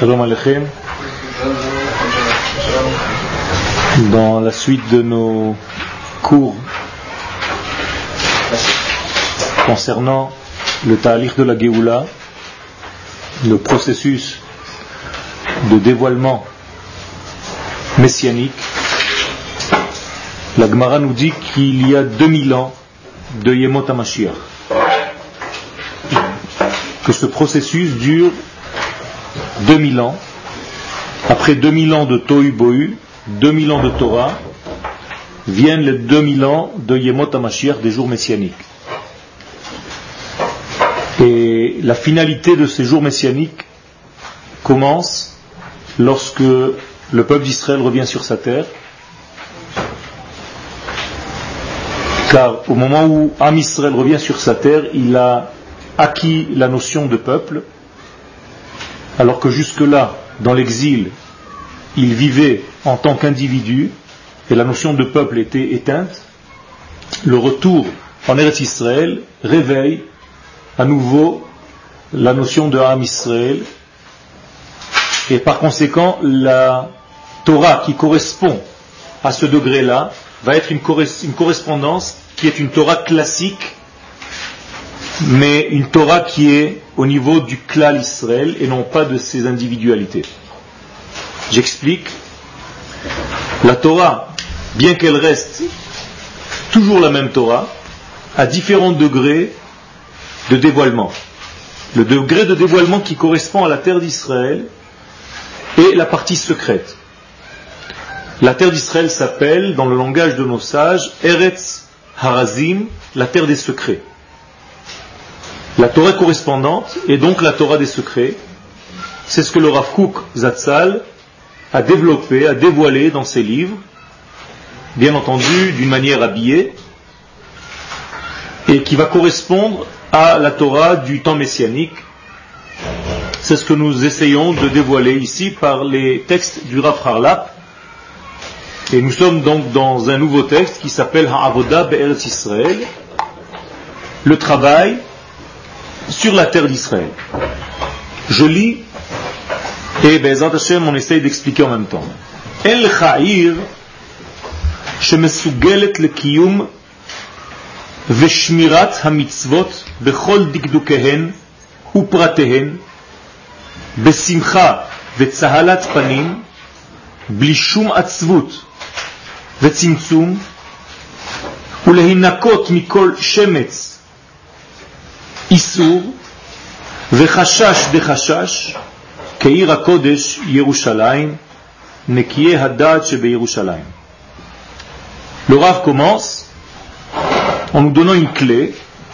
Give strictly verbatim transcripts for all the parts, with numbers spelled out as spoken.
Shalom Aleichem. Dans la suite de nos cours concernant le ta'alich de la Géoula, le processus de dévoilement messianique, la Gemara nous dit qu'il y a deux mille ans de Yemot HaMashiach, que ce processus dure deux mille ans. Après deux mille ans de Tohu Bohu, deux mille ans de Torah, viennent les deux mille ans de Yemot HaMashiach, des jours messianiques. Et la finalité de ces jours messianiques commence lorsque le peuple d'Israël revient sur sa terre. Car au moment où Am Israël revient sur sa terre, il a acquis la notion de peuple, alors que jusque-là, dans l'exil, il vivait en tant qu'individu et la notion de peuple était éteinte. Le retour en Eretz Israël réveille à nouveau la notion de Am Israël, et par conséquent la Torah qui correspond à ce degré-là va être une, corres- une correspondance qui est une Torah classique, mais une Torah qui est au niveau du Klal Israël et non pas de ses individualités. J'explique. La Torah, bien qu'elle reste toujours la même Torah, a différents degrés de dévoilement. Le degré de dévoilement qui correspond à la terre d'Israël est la partie secrète. La terre d'Israël s'appelle, dans le langage de nos sages, Eretz Harazim, la terre des secrets. La Torah correspondante est donc la Torah des secrets. C'est ce que le Rav Kook Zatzal a développé, a dévoilé dans ses livres, bien entendu d'une manière habillée, et qui va correspondre à la Torah du temps messianique. C'est ce que nous essayons de dévoiler ici par les textes du Rav Harlap. Et nous sommes donc dans un nouveau texte qui s'appelle Ha'avoda Be'eretz Israël, le travail sur la terre d'Israël. Je lis et Be'ezrat Hashem on essaye d'expliquer en même temps. El Cha'ir shemesugelet lekiyum veshmirat hamitzvot bechol dikdukehen upratehen besimcha vetzahalat panim bli shum atzvut vetzimtzum ulehinakot mikol shemetz Isur vechashash dechashash keir hakodesh Yerushalayim nekiye hadat shebe Yerushalayim. Le Rav commence en nous donnant une clé.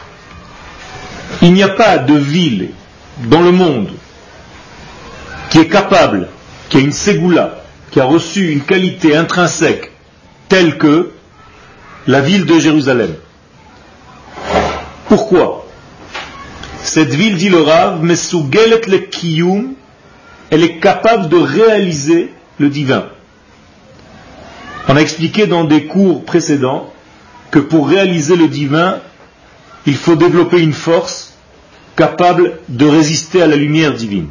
Il n'y a pas de ville dans le monde qui est capable, qui a une ségoula, qui a reçu une qualité intrinsèque telle que la ville de Jérusalem. Pourquoi? Cette ville, dit le Rav, Mesugelet le Kiyum, elle est capable de réaliser le divin. On a expliqué dans des cours précédents que pour réaliser le divin, il faut développer une force capable de résister à la lumière divine.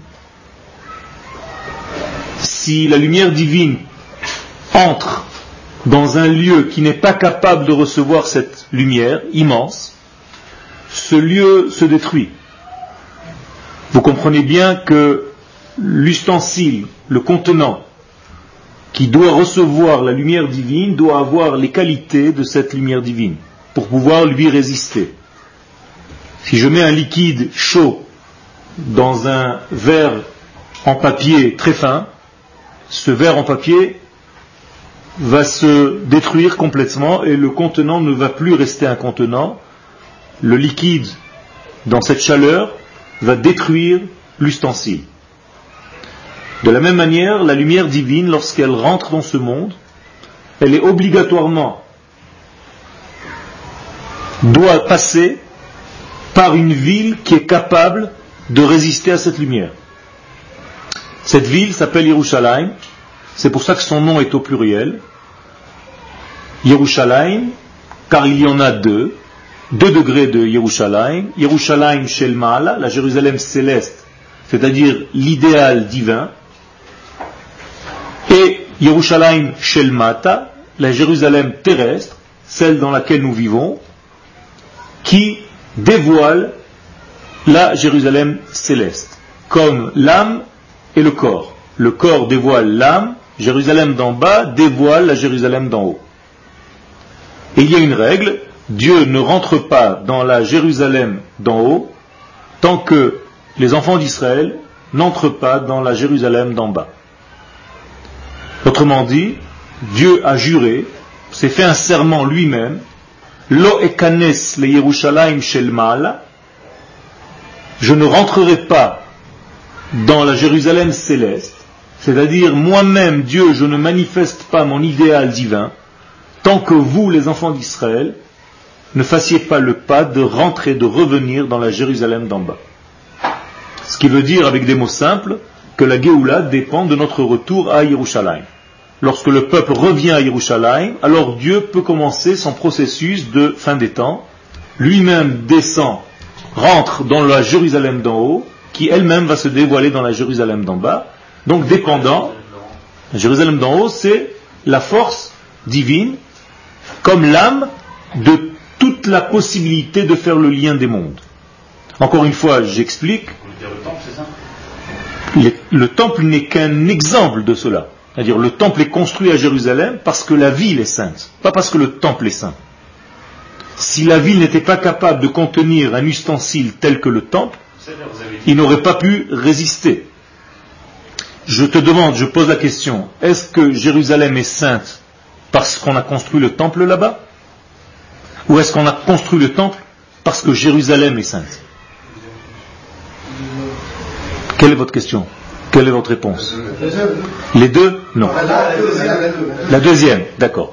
Si la lumière divine entre dans un lieu qui n'est pas capable de recevoir cette lumière immense, ce lieu se détruit. Vous comprenez bien que l'ustensile, le contenant, qui doit recevoir la lumière divine, doit avoir les qualités de cette lumière divine, pour pouvoir lui résister. Si je mets un liquide chaud dans un verre en papier très fin, ce verre en papier va se détruire complètement et le contenant ne va plus rester un contenant. Le liquide, dans cette chaleur, va détruire l'ustensile. De la même manière, la lumière divine, lorsqu'elle rentre dans ce monde, elle est obligatoirement, doit passer par une ville qui est capable de résister à cette lumière. Cette ville s'appelle Yerushalayim, c'est pour ça que son nom est au pluriel. Yerushalayim, car il y en a deux, deux degrés de Yerushalayim, Yerushalayim Shel Ma'ala, la Jérusalem céleste, c'est-à-dire l'idéal divin, Yerushalayim Shel Mata, la Jérusalem terrestre, celle dans laquelle nous vivons, qui dévoile la Jérusalem céleste, comme l'âme et le corps. Le corps dévoile l'âme, Jérusalem d'en bas dévoile la Jérusalem d'en haut. Et il y a une règle, Dieu ne rentre pas dans la Jérusalem d'en haut tant que les enfants d'Israël n'entrent pas dans la Jérusalem d'en bas. Autrement dit, Dieu a juré, s'est fait un serment lui-même, Lo ekanes le Yerushalayim shel Ma'ala, je ne rentrerai pas dans la Jérusalem céleste, c'est-à-dire moi-même, Dieu, je ne manifeste pas mon idéal divin, tant que vous, les enfants d'Israël, ne fassiez pas le pas de rentrer, de revenir dans la Jérusalem d'en bas. Ce qui veut dire, avec des mots simples, que la Géoula dépend de notre retour à Yerushalayim. Lorsque le peuple revient à Yerushalayim, alors Dieu peut commencer son processus de fin des temps. Lui-même descend, rentre dans la Jérusalem d'en haut, qui elle-même va se dévoiler dans la Jérusalem d'en bas. Donc dépendant, la Jérusalem d'en haut, c'est la force divine, comme l'âme de toute la possibilité de faire le lien des mondes. Encore une fois, j'explique. Le, le temple n'est qu'un exemple de cela. C'est-à-dire, le temple est construit à Jérusalem parce que la ville est sainte, pas parce que le temple est saint. Si la ville n'était pas capable de contenir un ustensile tel que le temple, il n'aurait pas pu résister. Je te demande, je pose la question, est-ce que Jérusalem est sainte parce qu'on a construit le temple là-bas? Ou est-ce qu'on a construit le temple parce que Jérusalem est sainte? Quelle est votre question? Quelle est votre réponse? Les deux? Non. La deuxième, d'accord.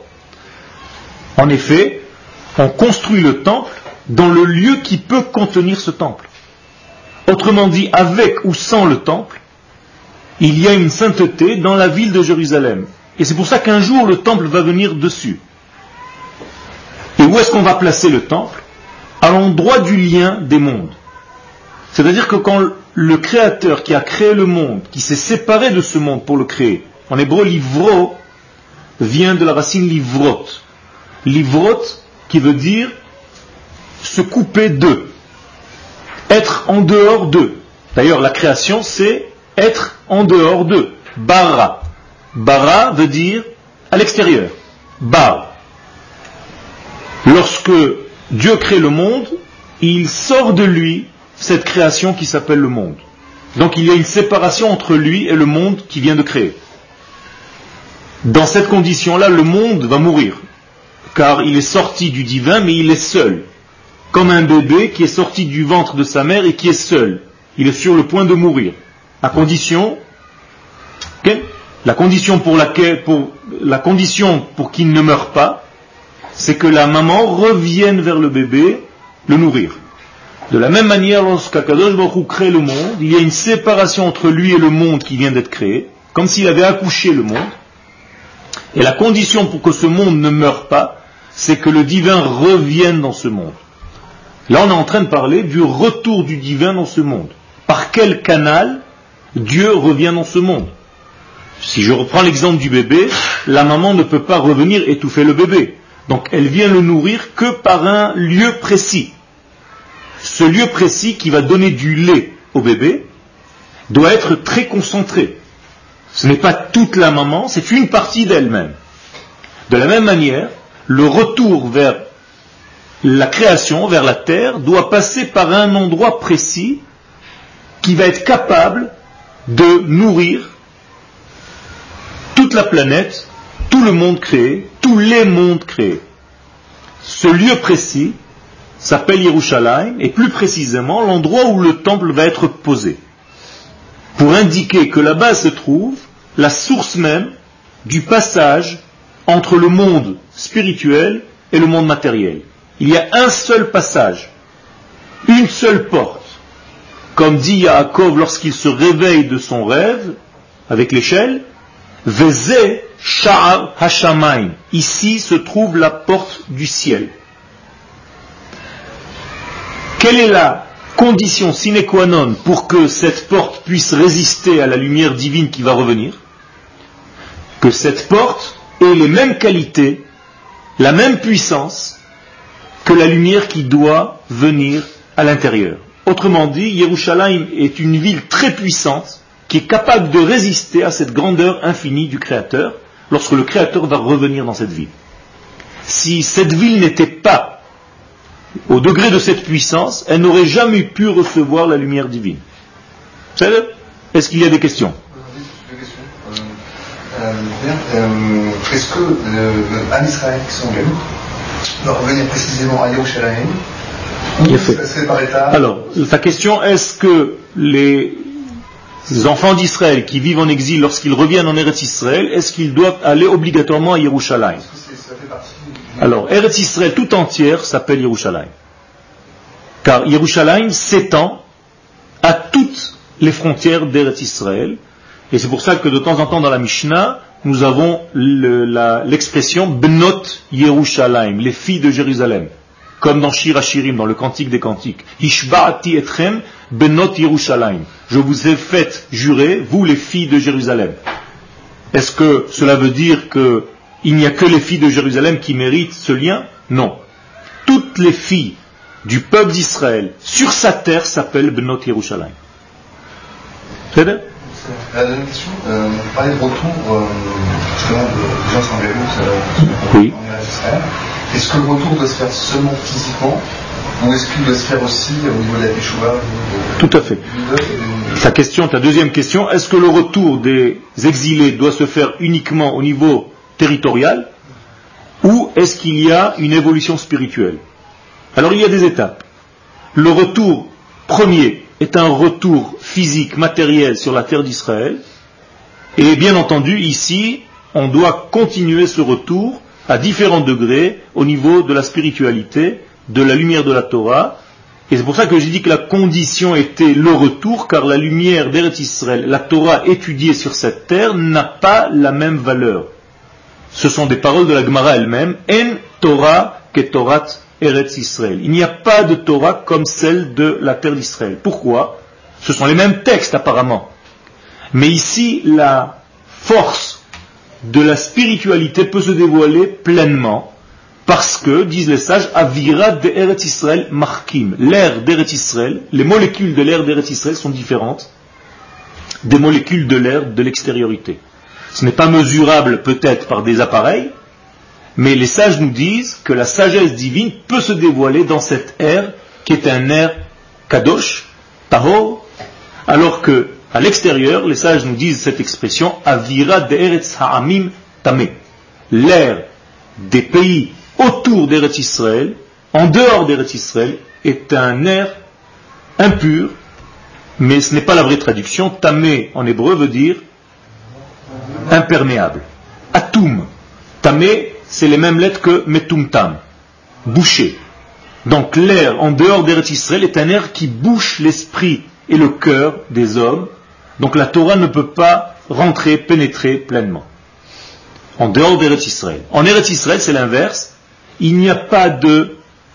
En effet, on construit le temple dans le lieu qui peut contenir ce temple. Autrement dit, avec ou sans le temple, il y a une sainteté dans la ville de Jérusalem. Et c'est pour ça qu'un jour le temple va venir dessus. Et où est-ce qu'on va placer le temple? À l'endroit du lien des mondes. C'est-à-dire que quand le créateur qui a créé le monde, qui s'est séparé de ce monde pour le créer, en hébreu livro vient de la racine livrot. Livrot qui veut dire se couper d'eux, être en dehors d'eux. D'ailleurs la création c'est être en dehors d'eux. Bara. Bara veut dire à l'extérieur. Bar. Lorsque Dieu crée le monde, il sort de lui cette création qui s'appelle le monde. Donc il y a une séparation entre lui et le monde qu'il vient de créer. Dans cette condition-là, le monde va mourir, car il est sorti du divin, mais il est seul. Comme un bébé qui est sorti du ventre de sa mère et qui est seul. Il est sur le point de mourir. À condition, okay, la condition pour laquelle, pour, la condition pour qu'il ne meure pas, c'est que la maman revienne vers le bébé, le nourrir. De la même manière, lorsqu'Akadosh Baruch Hu crée le monde, il y a une séparation entre lui et le monde qui vient d'être créé, comme s'il avait accouché le monde. Et la condition pour que ce monde ne meure pas, c'est que le divin revienne dans ce monde. Là, on est en train de parler du retour du divin dans ce monde. Par quel canal Dieu revient dans ce monde? Si je reprends l'exemple du bébé, la maman ne peut pas revenir étouffer le bébé. Donc elle vient le nourrir que par un lieu précis. Ce lieu précis qui va donner du lait au bébé doit être très concentré. Ce n'est pas toute la maman, c'est une partie d'elle-même. De la même manière, le retour vers la création, vers la terre, doit passer par un endroit précis qui va être capable de nourrir toute la planète, tout le monde créé, tous les mondes créés. Ce lieu précis s'appelle Yerushalayim, et plus précisément l'endroit où le temple va être posé, pour indiquer que là-bas se trouve la source même du passage entre le monde spirituel et le monde matériel. Il y a un seul passage, une seule porte. Comme dit Yaakov lorsqu'il se réveille de son rêve, avec l'échelle, Veze Sha'ar Hashamayim. Ici se trouve la porte du ciel. Quelle est la condition sine qua non pour que cette porte puisse résister à la lumière divine qui va revenir? que cette porte ait les mêmes qualités, la même puissance que la lumière qui doit venir à l'intérieur. Autrement dit, Yerushalayim est une ville très puissante qui est capable de résister à cette grandeur infinie du Créateur lorsque le Créateur va revenir dans cette ville. Si cette ville n'était pas au degré de cette puissance, elle n'aurait jamais pu recevoir la lumière divine. Est-ce qu'il y a des questions? Euh, bien, euh, est-ce que le Am Israël qui sont venus doit revenir précisément à Yerushalayim ou c'est par état? Alors, ta question, est-ce que les enfants d'Israël qui vivent en exil, lorsqu'ils reviennent en Eretz Israël, est-ce qu'ils doivent aller obligatoirement à Yerushalayim? Alors, Eretz Israël tout entière s'appelle Yerushalayim. Car Yerushalayim s'étend à toutes les frontières d'Eretz Israël. Et c'est pour ça que de temps en temps dans la Mishnah, nous avons le, la, l'expression Bnot Yerushalayim, les filles de Jérusalem. Comme dans Shir HaShirim, dans le Cantique des Cantiques. Hishba'ati etchem Bnot Yerushalayim. Je vous ai fait jurer, vous les filles de Jérusalem. Est-ce que cela veut dire qu'il n'y a que les filles de Jérusalem qui méritent ce lien? Non. Toutes les filles du peuple d'Israël sur sa terre s'appellent Bnot Yerushalayim. C'est vrai? La deuxième question, euh, vous parlez de retour euh, justement de gens sans vélo oui. en Israël. Est-ce que le retour doit se faire seulement physiquement ou est-ce qu'il doit se faire aussi au niveau de la Teshuvah? Tout à fait. Ta question, ta deuxième question, est-ce que le retour des exilés doit se faire uniquement au niveau territorial ou est-ce qu'il y a une évolution spirituelle? Alors il y a des étapes. Le retour premier est un retour physique, matériel sur la terre d'Israël. Et bien entendu, ici, on doit continuer ce retour à différents degrés au niveau de la spiritualité, de la lumière de la Torah. Et c'est pour ça que j'ai dit que la condition était le retour, car la lumière d'Eretz Israël, la Torah étudiée sur cette terre, n'a pas la même valeur. Ce sont des paroles de la Gemara elle-même. En Torah ke Torat Eretz Israël. Il n'y a pas de Torah comme celle de la terre d'Israël. Pourquoi? Ce sont les mêmes textes apparemment. Mais ici, la force de la spiritualité peut se dévoiler pleinement parce que, disent les sages, Avira de Eretz Israël markim. L'air d'Eretz Israël, les molécules de l'air d'Eretz Israël sont différentes des molécules de l'air de l'extériorité. Ce n'est pas mesurable peut-être par des appareils, mais les sages nous disent que la sagesse divine peut se dévoiler dans cet air qui est un air kadosh, tahor, alors que à l'extérieur, les sages nous disent cette expression Avira de'eretz ha'amim tameh. L'air des pays autour d'Eretz Israël, en dehors d'Eretz Israël, est un air impur, mais ce n'est pas la vraie traduction. Tameh en hébreu veut dire imperméable. Atum. Tameh, c'est les mêmes lettres que metumtam, bouché. Donc l'air en dehors d'Eretz Israël est un air qui bouche l'esprit et le cœur des hommes. Donc la Torah ne peut pas rentrer, pénétrer pleinement. En dehors d'Eretz Israël. En Eretz Israël, c'est l'inverse. Il n'y a pas de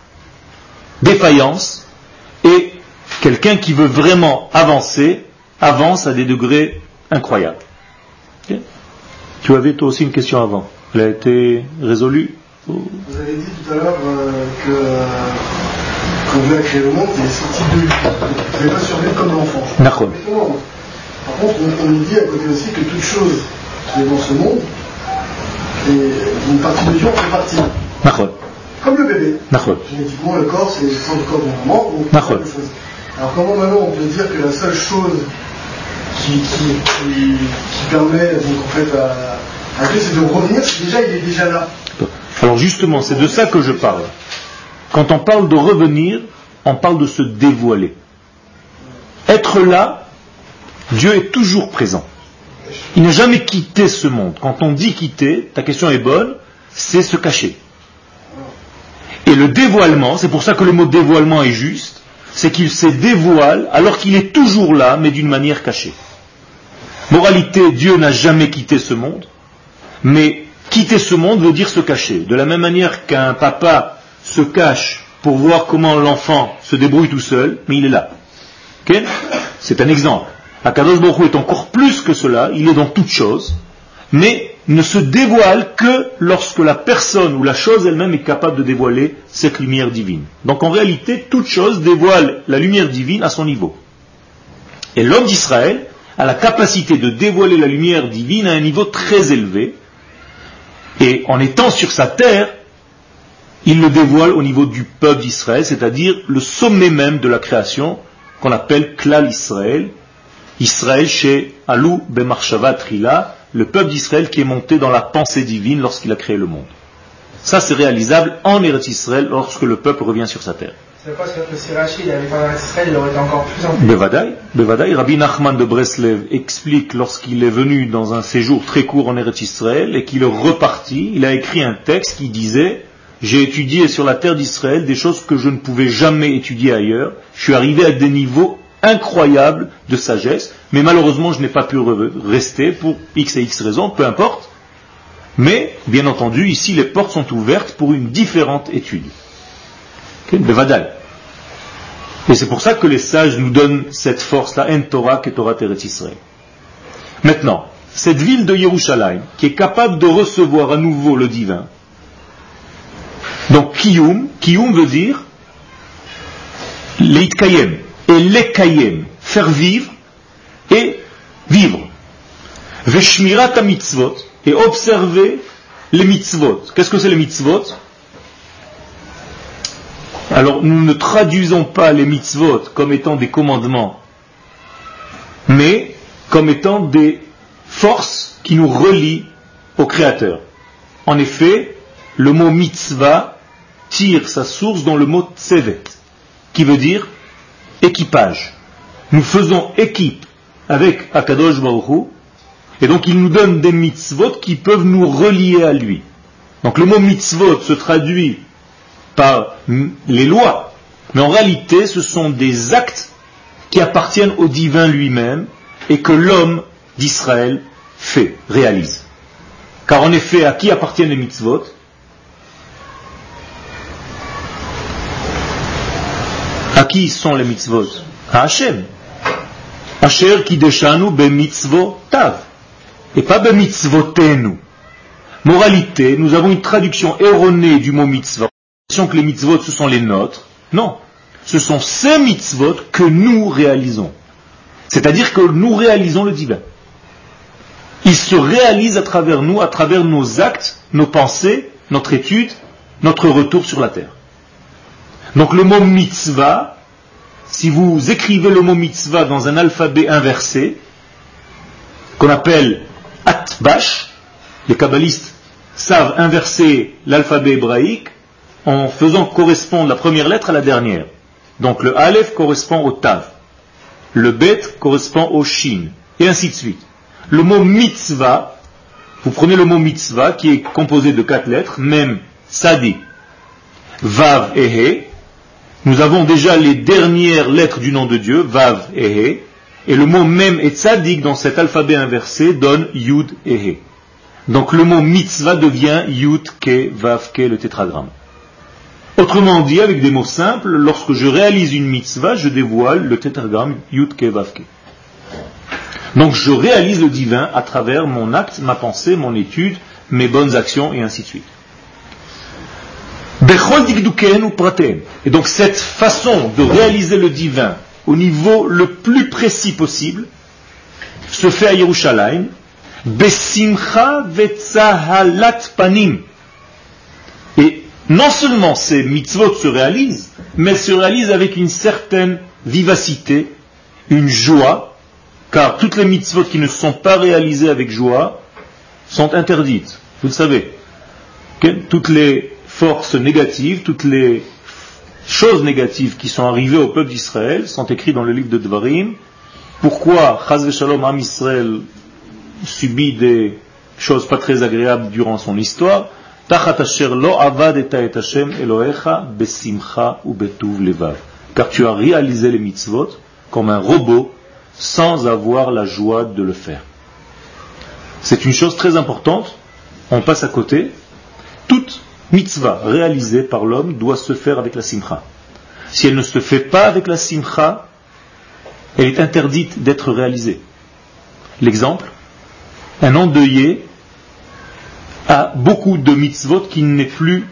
défaillance et quelqu'un qui veut vraiment avancer, avance à des degrés incroyables. Okay. Tu avais toi aussi une question avant. Elle a été résolue? Vous avez dit tout à l'heure euh, que euh, quand Dieu a créé le monde, il est sorti de lui. Vous n'avez pas survécu comme l'enfant. D'accord. Par contre, on, on nous dit à côté aussi que toute chose qui est dans ce monde, et une partie de Dieu en fait partie. D'accord. Comme le bébé. D'accord. Génétiquement, le corps, c'est le sang du corps de maman. D'accord. Alors comment maintenant on peut dire que la seule chose qui, qui, qui, qui permet donc en fait à, à Dieu c'est de revenir, c'est déjà il est déjà là. Alors justement, c'est de ça que je parle. Quand on parle de revenir, on parle de se dévoiler. Être là, Dieu est toujours présent. Il n'a jamais quitté ce monde. Quand on dit quitter, ta question est bonne, c'est se cacher. Et le dévoilement, c'est pour ça que le mot dévoilement est juste, c'est qu'il se dévoile alors qu'il est toujours là, mais d'une manière cachée. Moralité, Dieu n'a jamais quitté ce monde, mais quitter ce monde veut dire se cacher. De la même manière qu'un papa se cache pour voir comment l'enfant se débrouille tout seul, mais il est là. Okay? C'est un exemple. Akadosh Baruch Hu est encore plus que cela, il est dans toutes choses, mais ne se dévoile que lorsque la personne ou la chose elle-même est capable de dévoiler cette lumière divine. Donc en réalité, toute chose dévoile la lumière divine à son niveau. Et l'homme d'Israël a la capacité de dévoiler la lumière divine à un niveau très élevé. Et en étant sur sa terre, il le dévoile au niveau du peuple d'Israël, c'est-à-dire le sommet même de la création, qu'on appelle Klal Israël, Israël chez Alou Bemarshava Trila, le peuple d'Israël qui est monté dans la pensée divine lorsqu'il a créé le monde. Ça, c'est réalisable en Eretz Israël lorsque le peuple revient sur sa terre. C'est pas que si Rachid avait été en Eretz Israël, il aurait été encore plus en Bevadaï, Bevadaï, Rabbi Nachman de Breslev explique lorsqu'il est venu dans un séjour très court en Eretz Israël et qu'il est reparti, il a écrit un texte qui disait « J'ai étudié sur la terre d'Israël des choses que je ne pouvais jamais étudier ailleurs. Je suis arrivé à des niveaux incroyables de sagesse, mais malheureusement je n'ai pas pu rester pour X et X raisons, peu importe. Mais, bien entendu, ici les portes sont ouvertes pour une différente étude. » Bevadaï. Et c'est pour ça que les sages nous donnent cette force-là, En Torah, que Torah Teretz Israël. Maintenant, cette ville de Yerushalayim, qui est capable de recevoir à nouveau le divin, donc Kiyum, Kiyum veut dire Leitkayem, et Lekayem, faire vivre et vivre. Veshmirat mitzvot, et observer les mitzvot. Qu'est-ce que c'est les mitzvot? Alors, nous ne traduisons pas les mitzvot comme étant des commandements, mais comme étant des forces qui nous relient au Créateur. En effet, le mot mitzvah tire sa source dans le mot tsevet, qui veut dire équipage. Nous faisons équipe avec Akadosh Baruch Hu, et donc il nous donne des mitzvot qui peuvent nous relier à lui. Donc le mot mitzvot se traduit par les lois, mais en réalité ce sont des actes qui appartiennent au divin lui-même et que l'homme d'Israël fait, réalise. Car en effet, à qui appartiennent les mitzvot? À qui sont les mitzvot? À Hachem. Asher kideshanu be mitzvot tav, et pas be mitzvotenu. Moralité, nous avons une traduction erronée du mot mitzvah. Que les mitzvot ce sont les nôtres. Non, ce sont ces mitzvot que nous réalisons. C'est-à-dire que nous réalisons le divin. Il se réalise à travers nous, à travers nos actes, nos pensées, notre étude, notre retour sur la terre. Donc le mot mitzvah, si vous écrivez le mot mitzvah dans un alphabet inversé, qu'on appelle atbash, les kabbalistes savent inverser l'alphabet hébraïque, en faisant correspondre la première lettre à la dernière. Donc le Aleph correspond au Tav, le Bet correspond au Shin, et ainsi de suite. Le mot mitzvah, vous prenez le mot mitzvah qui est composé de quatre lettres, Mem, Sadi, Vav et He. Nous avons déjà les dernières lettres du nom de Dieu, Vav et He, et le mot Mem et Tzadik dans cet alphabet inversé donne Yud et He. Donc le mot mitzvah devient Yud, Ke, Vav, Ke, le tétragramme. Autrement dit, avec des mots simples, lorsque je réalise une mitzvah, je dévoile le tétragramme Yud Ke Vav Ke. Donc je réalise le divin à travers mon acte, ma pensée, mon étude, mes bonnes actions et ainsi de suite. Et donc cette façon de réaliser le divin au niveau le plus précis possible se fait à Yerushalayim, Besimcha vetzahalat panim. Et non seulement ces mitzvot se réalisent, mais elles se réalisent avec une certaine vivacité, une joie, car toutes les mitzvot qui ne sont pas réalisées avec joie sont interdites, vous le savez. Toutes les forces négatives, toutes les choses négatives qui sont arrivées au peuple d'Israël sont écrites dans le livre de Dvarim. Pourquoi Chaz v'Shalom Am Israël subit des choses pas très agréables durant son histoire? Car tu as réalisé les mitzvot comme un robot sans avoir la joie de le faire. C'est une chose très importante, on passe à côté. Toute mitzvah réalisée par l'homme doit se faire avec la simcha. Si elle ne se fait pas avec la simcha, elle est interdite d'être réalisée. L'exemple, un endeuillé a beaucoup de mitzvot qu'il n'est plus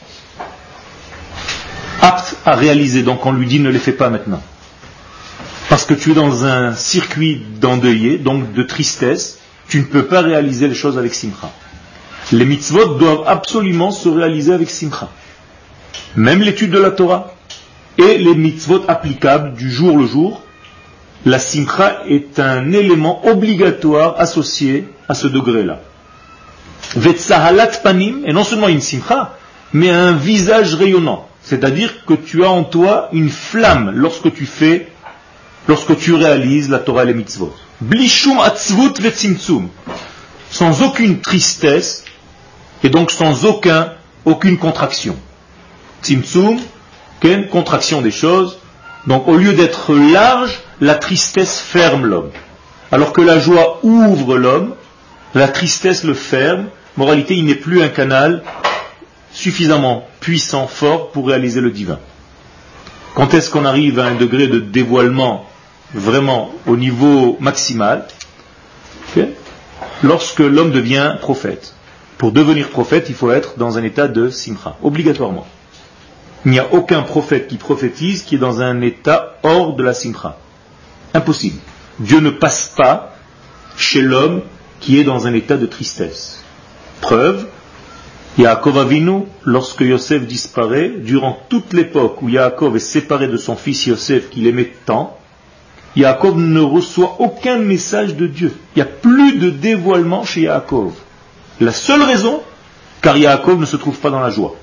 apte à réaliser. Donc on lui dit ne les fais pas maintenant. Parce que tu es dans un circuit d'endeuillé, donc de tristesse, tu ne peux pas réaliser les choses avec simcha. Les mitzvot doivent absolument se réaliser avec simcha. Même l'étude de la Torah et les mitzvot applicables du jour le jour, la simcha est un élément obligatoire associé à ce degré-là. Vetsahalat panim, et non seulement une simcha, mais un visage rayonnant. C'est-à-dire que tu as en toi une flamme lorsque tu fais, lorsque tu réalises la Torah et les mitzvot. Blishum atzvut vetzimtzum. Sans aucune tristesse, et donc sans aucun, aucune contraction. Tzimtzum, qu'une contraction des choses. Donc au lieu d'être large, la tristesse ferme l'homme. Alors que la joie ouvre l'homme, la tristesse le ferme. Moralité, il n'est plus un canal suffisamment puissant, fort pour réaliser le divin. Quand est-ce qu'on arrive à un degré de dévoilement vraiment au niveau maximal? Okay. Lorsque l'homme devient prophète. Pour devenir prophète, il faut être dans un état de simcha, obligatoirement. Il n'y a aucun prophète qui prophétise qui est dans un état hors de la simcha. Impossible. Dieu ne passe pas chez l'homme qui est dans un état de tristesse. Preuve, Yaakov Avinu, lorsque Yosef disparaît, durant toute l'époque où Yaakov est séparé de son fils Yosef qu'il aimait tant, Yaakov ne reçoit aucun message de Dieu. Il n'y a plus de dévoilement chez Yaakov. La seule raison, car Yaakov ne se trouve pas dans la joie.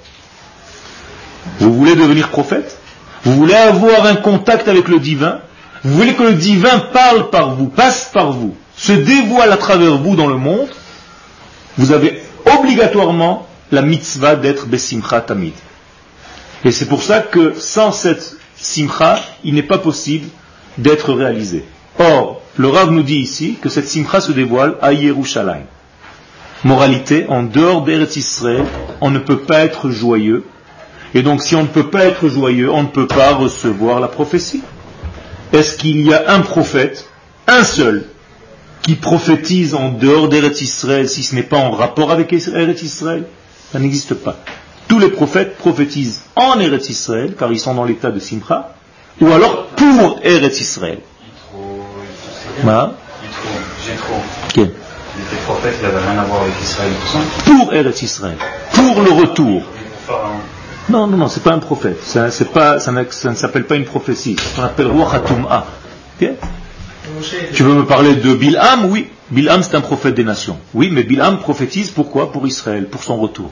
Vous voulez devenir prophète? Vous voulez avoir un contact avec le divin? Vous voulez que le divin parle par vous, passe par vous, se dévoile à travers vous dans le monde? Vous avez obligatoirement la mitzvah d'être besimcha tamid. Et c'est pour ça que sans cette simcha, il n'est pas possible d'être réalisé. Or, le Rav nous dit ici que cette simcha se dévoile à Yerushalayim. Moralité, en dehors d'Eretz Israël, on ne peut pas être joyeux. Et donc, si on ne peut pas être joyeux, on ne peut pas recevoir la prophétie. Est-ce qu'il y a un prophète, un seul, qui prophétise en dehors d'Eretz Israël, si ce n'est pas en rapport avec Eretz Israël? Ça n'existe pas. Tous les prophètes prophétisent en Eretz Israël, car ils sont dans l'état de Simcha, ou alors pour Eretz Israël. Bah. J'ai trop. Okay. Il était prophète, il n'avait rien à voir avec Israël. Pour Eretz Israël, pour le retour. Non, non, non, c'est pas un prophète. Ça, c'est pas, ça, ça ne s'appelle pas une prophétie. On appelle Ruach HaTum'a. Okay? Tu veux me parler de Bilham? Oui. Bilham, c'est un prophète des nations. Oui, mais Bilham prophétise pourquoi? Pour Israël, pour son retour.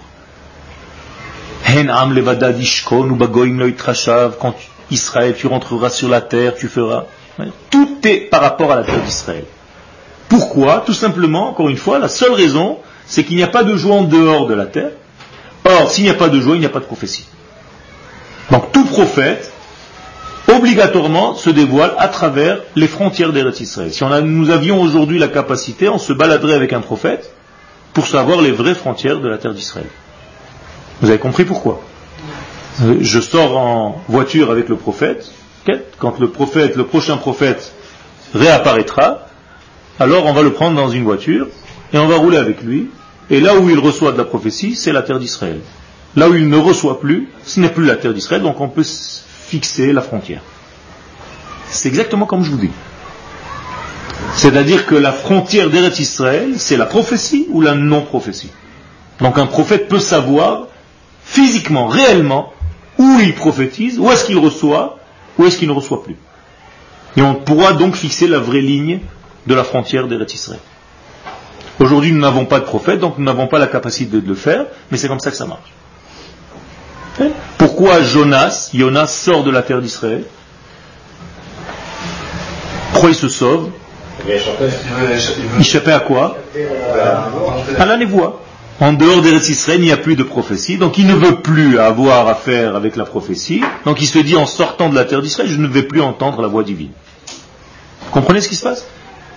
Quand Israël, tu rentreras sur la terre, tu feras. Tout est par rapport à la terre d'Israël. Pourquoi? Tout simplement, encore une fois, la seule raison, c'est qu'il n'y a pas de joie en dehors de la terre. Or, s'il n'y a pas de joie, il n'y a pas de prophétie. Donc, tout prophète, obligatoirement, se dévoile à travers les frontières d'Eretz Israël. Si on a, nous avions aujourd'hui la capacité, on se baladerait avec un prophète pour savoir les vraies frontières de la terre d'Israël. Vous avez compris pourquoi? Je sors en voiture avec le prophète. Quand le prophète, le prochain prophète réapparaîtra, alors on va le prendre dans une voiture et on va rouler avec lui. Et là où il reçoit de la prophétie, c'est la terre d'Israël. Là où il ne reçoit plus, ce n'est plus la terre d'Israël, donc on peut fixer la frontière. C'est exactement comme je vous dis. C'est-à-dire que la frontière d'Eretz Israël, c'est la prophétie ou la non-prophétie. Donc un prophète peut savoir physiquement, réellement, où il prophétise, où est-ce qu'il reçoit, où est-ce qu'il ne reçoit plus. Et on pourra donc fixer la vraie ligne de la frontière d'Eretz Israël. Aujourd'hui, nous n'avons pas de prophète, donc nous n'avons pas la capacité de le faire, mais c'est comme ça que ça marche. Et pourquoi Jonas, Jonas sort de la terre d'Israël? Pourquoi il se sauve? Il échappait à quoi? À la névoie. En dehors d'Eretz Israël, il n'y a plus de prophétie, donc il ne veut plus avoir affaire avec la prophétie, donc il se dit en sortant de la terre d'Israël, je ne vais plus entendre la voix divine. Vous comprenez ce qui se passe?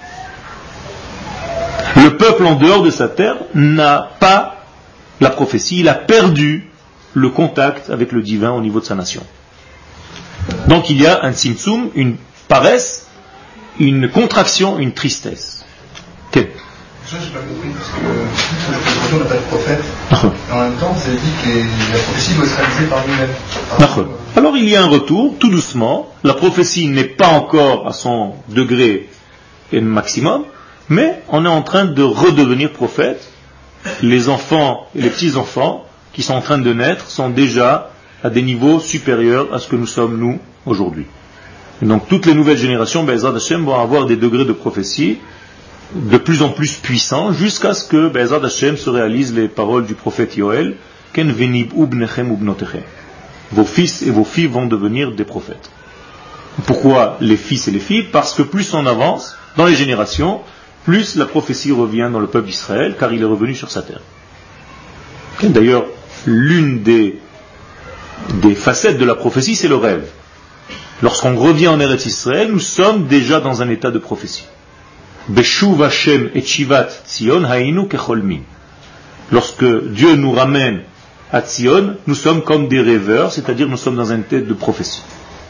Le peuple en dehors de sa terre n'a pas la prophétie, il a perdu le contact avec le divin au niveau de sa nation. Donc il y a un tzimtzum, une paresse, une contraction, une tristesse. Okay. Ça, je n'ai pas compris, parce que on n'a pas de prophète. Et en même temps, vous avez dit que les, la prophétie doit se réaliser par lui-même. Alors, Alors il y a un retour, tout doucement. La prophétie n'est pas encore à son degré maximum, mais on est en train de redevenir prophète. Les enfants et les petits-enfants qui sont en train de naître sont déjà à des niveaux supérieurs à ce que nous sommes, nous, aujourd'hui. Et donc toutes les nouvelles générations, Be'ezrat Hashem, vont avoir des degrés de prophétie de plus en plus puissants, jusqu'à ce que Be'ezrat Hashem se réalisent les paroles du prophète Yoël, Ken venib ubnechem ubnotechem. Vos fils et vos filles vont devenir des prophètes. Pourquoi les fils et les filles? Parce que plus on avance dans les générations, plus la prophétie revient dans le peuple d'Israël, car il est revenu sur sa terre. D'ailleurs, l'une des, des facettes de la prophétie, c'est le rêve. Lorsqu'on revient en Eretz Israël, nous sommes déjà dans un état de prophétie. Beshuv Hashem et Shivat Tzion hainu kecholmin. Lorsque Dieu nous ramène à Tzion, nous sommes comme des rêveurs, c'est-à-dire nous sommes dans un état de prophétie.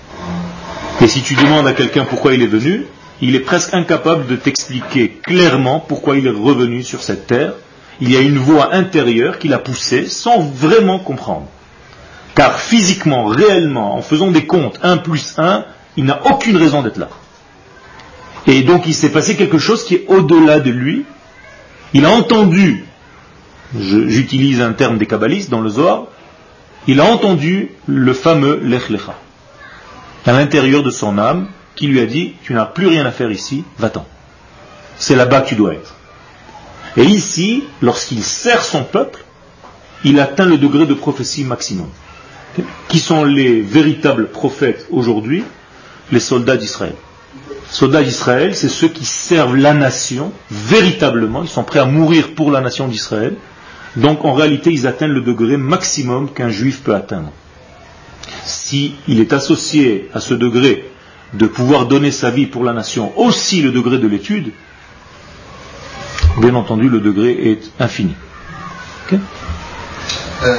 Et si tu demandes à quelqu'un pourquoi il est venu, il est presque incapable de t'expliquer clairement pourquoi il est revenu sur cette terre. Il y a une voix intérieure qui l'a poussé sans vraiment comprendre. Car physiquement, réellement, en faisant des comptes, un plus un, il n'a aucune raison d'être là. Et donc il s'est passé quelque chose qui est au-delà de lui. Il a entendu, je, j'utilise un terme des kabbalistes dans le Zohar, il a entendu le fameux Lech Lecha à l'intérieur de son âme, qui lui a dit, tu n'as plus rien à faire ici, va-t'en. C'est là-bas que tu dois être. Et ici, lorsqu'il sert son peuple, il atteint le degré de prophétie maximum. Qui sont les véritables prophètes aujourd'hui? Les soldats d'Israël. Les soldats d'Israël, c'est ceux qui servent la nation véritablement, ils sont prêts à mourir pour la nation d'Israël. Donc en réalité, ils atteignent le degré maximum qu'un juif peut atteindre. Si il est associé à ce degré de pouvoir donner sa vie pour la nation, aussi le degré de l'étude, bien entendu, le degré est infini. Okay? Euh,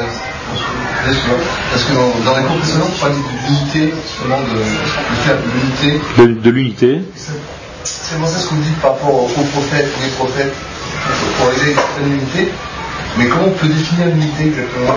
parce que dans, dans les cours précédents, on parlait de l'unité, seulement de, de faire de l'unité. De, de l'unité. C'est, c'est vraiment ça ce que vous dites par rapport aux prophètes, aux prophètes, pour arriver à une certaine unité. Mais comment on peut définir l'unité exactement?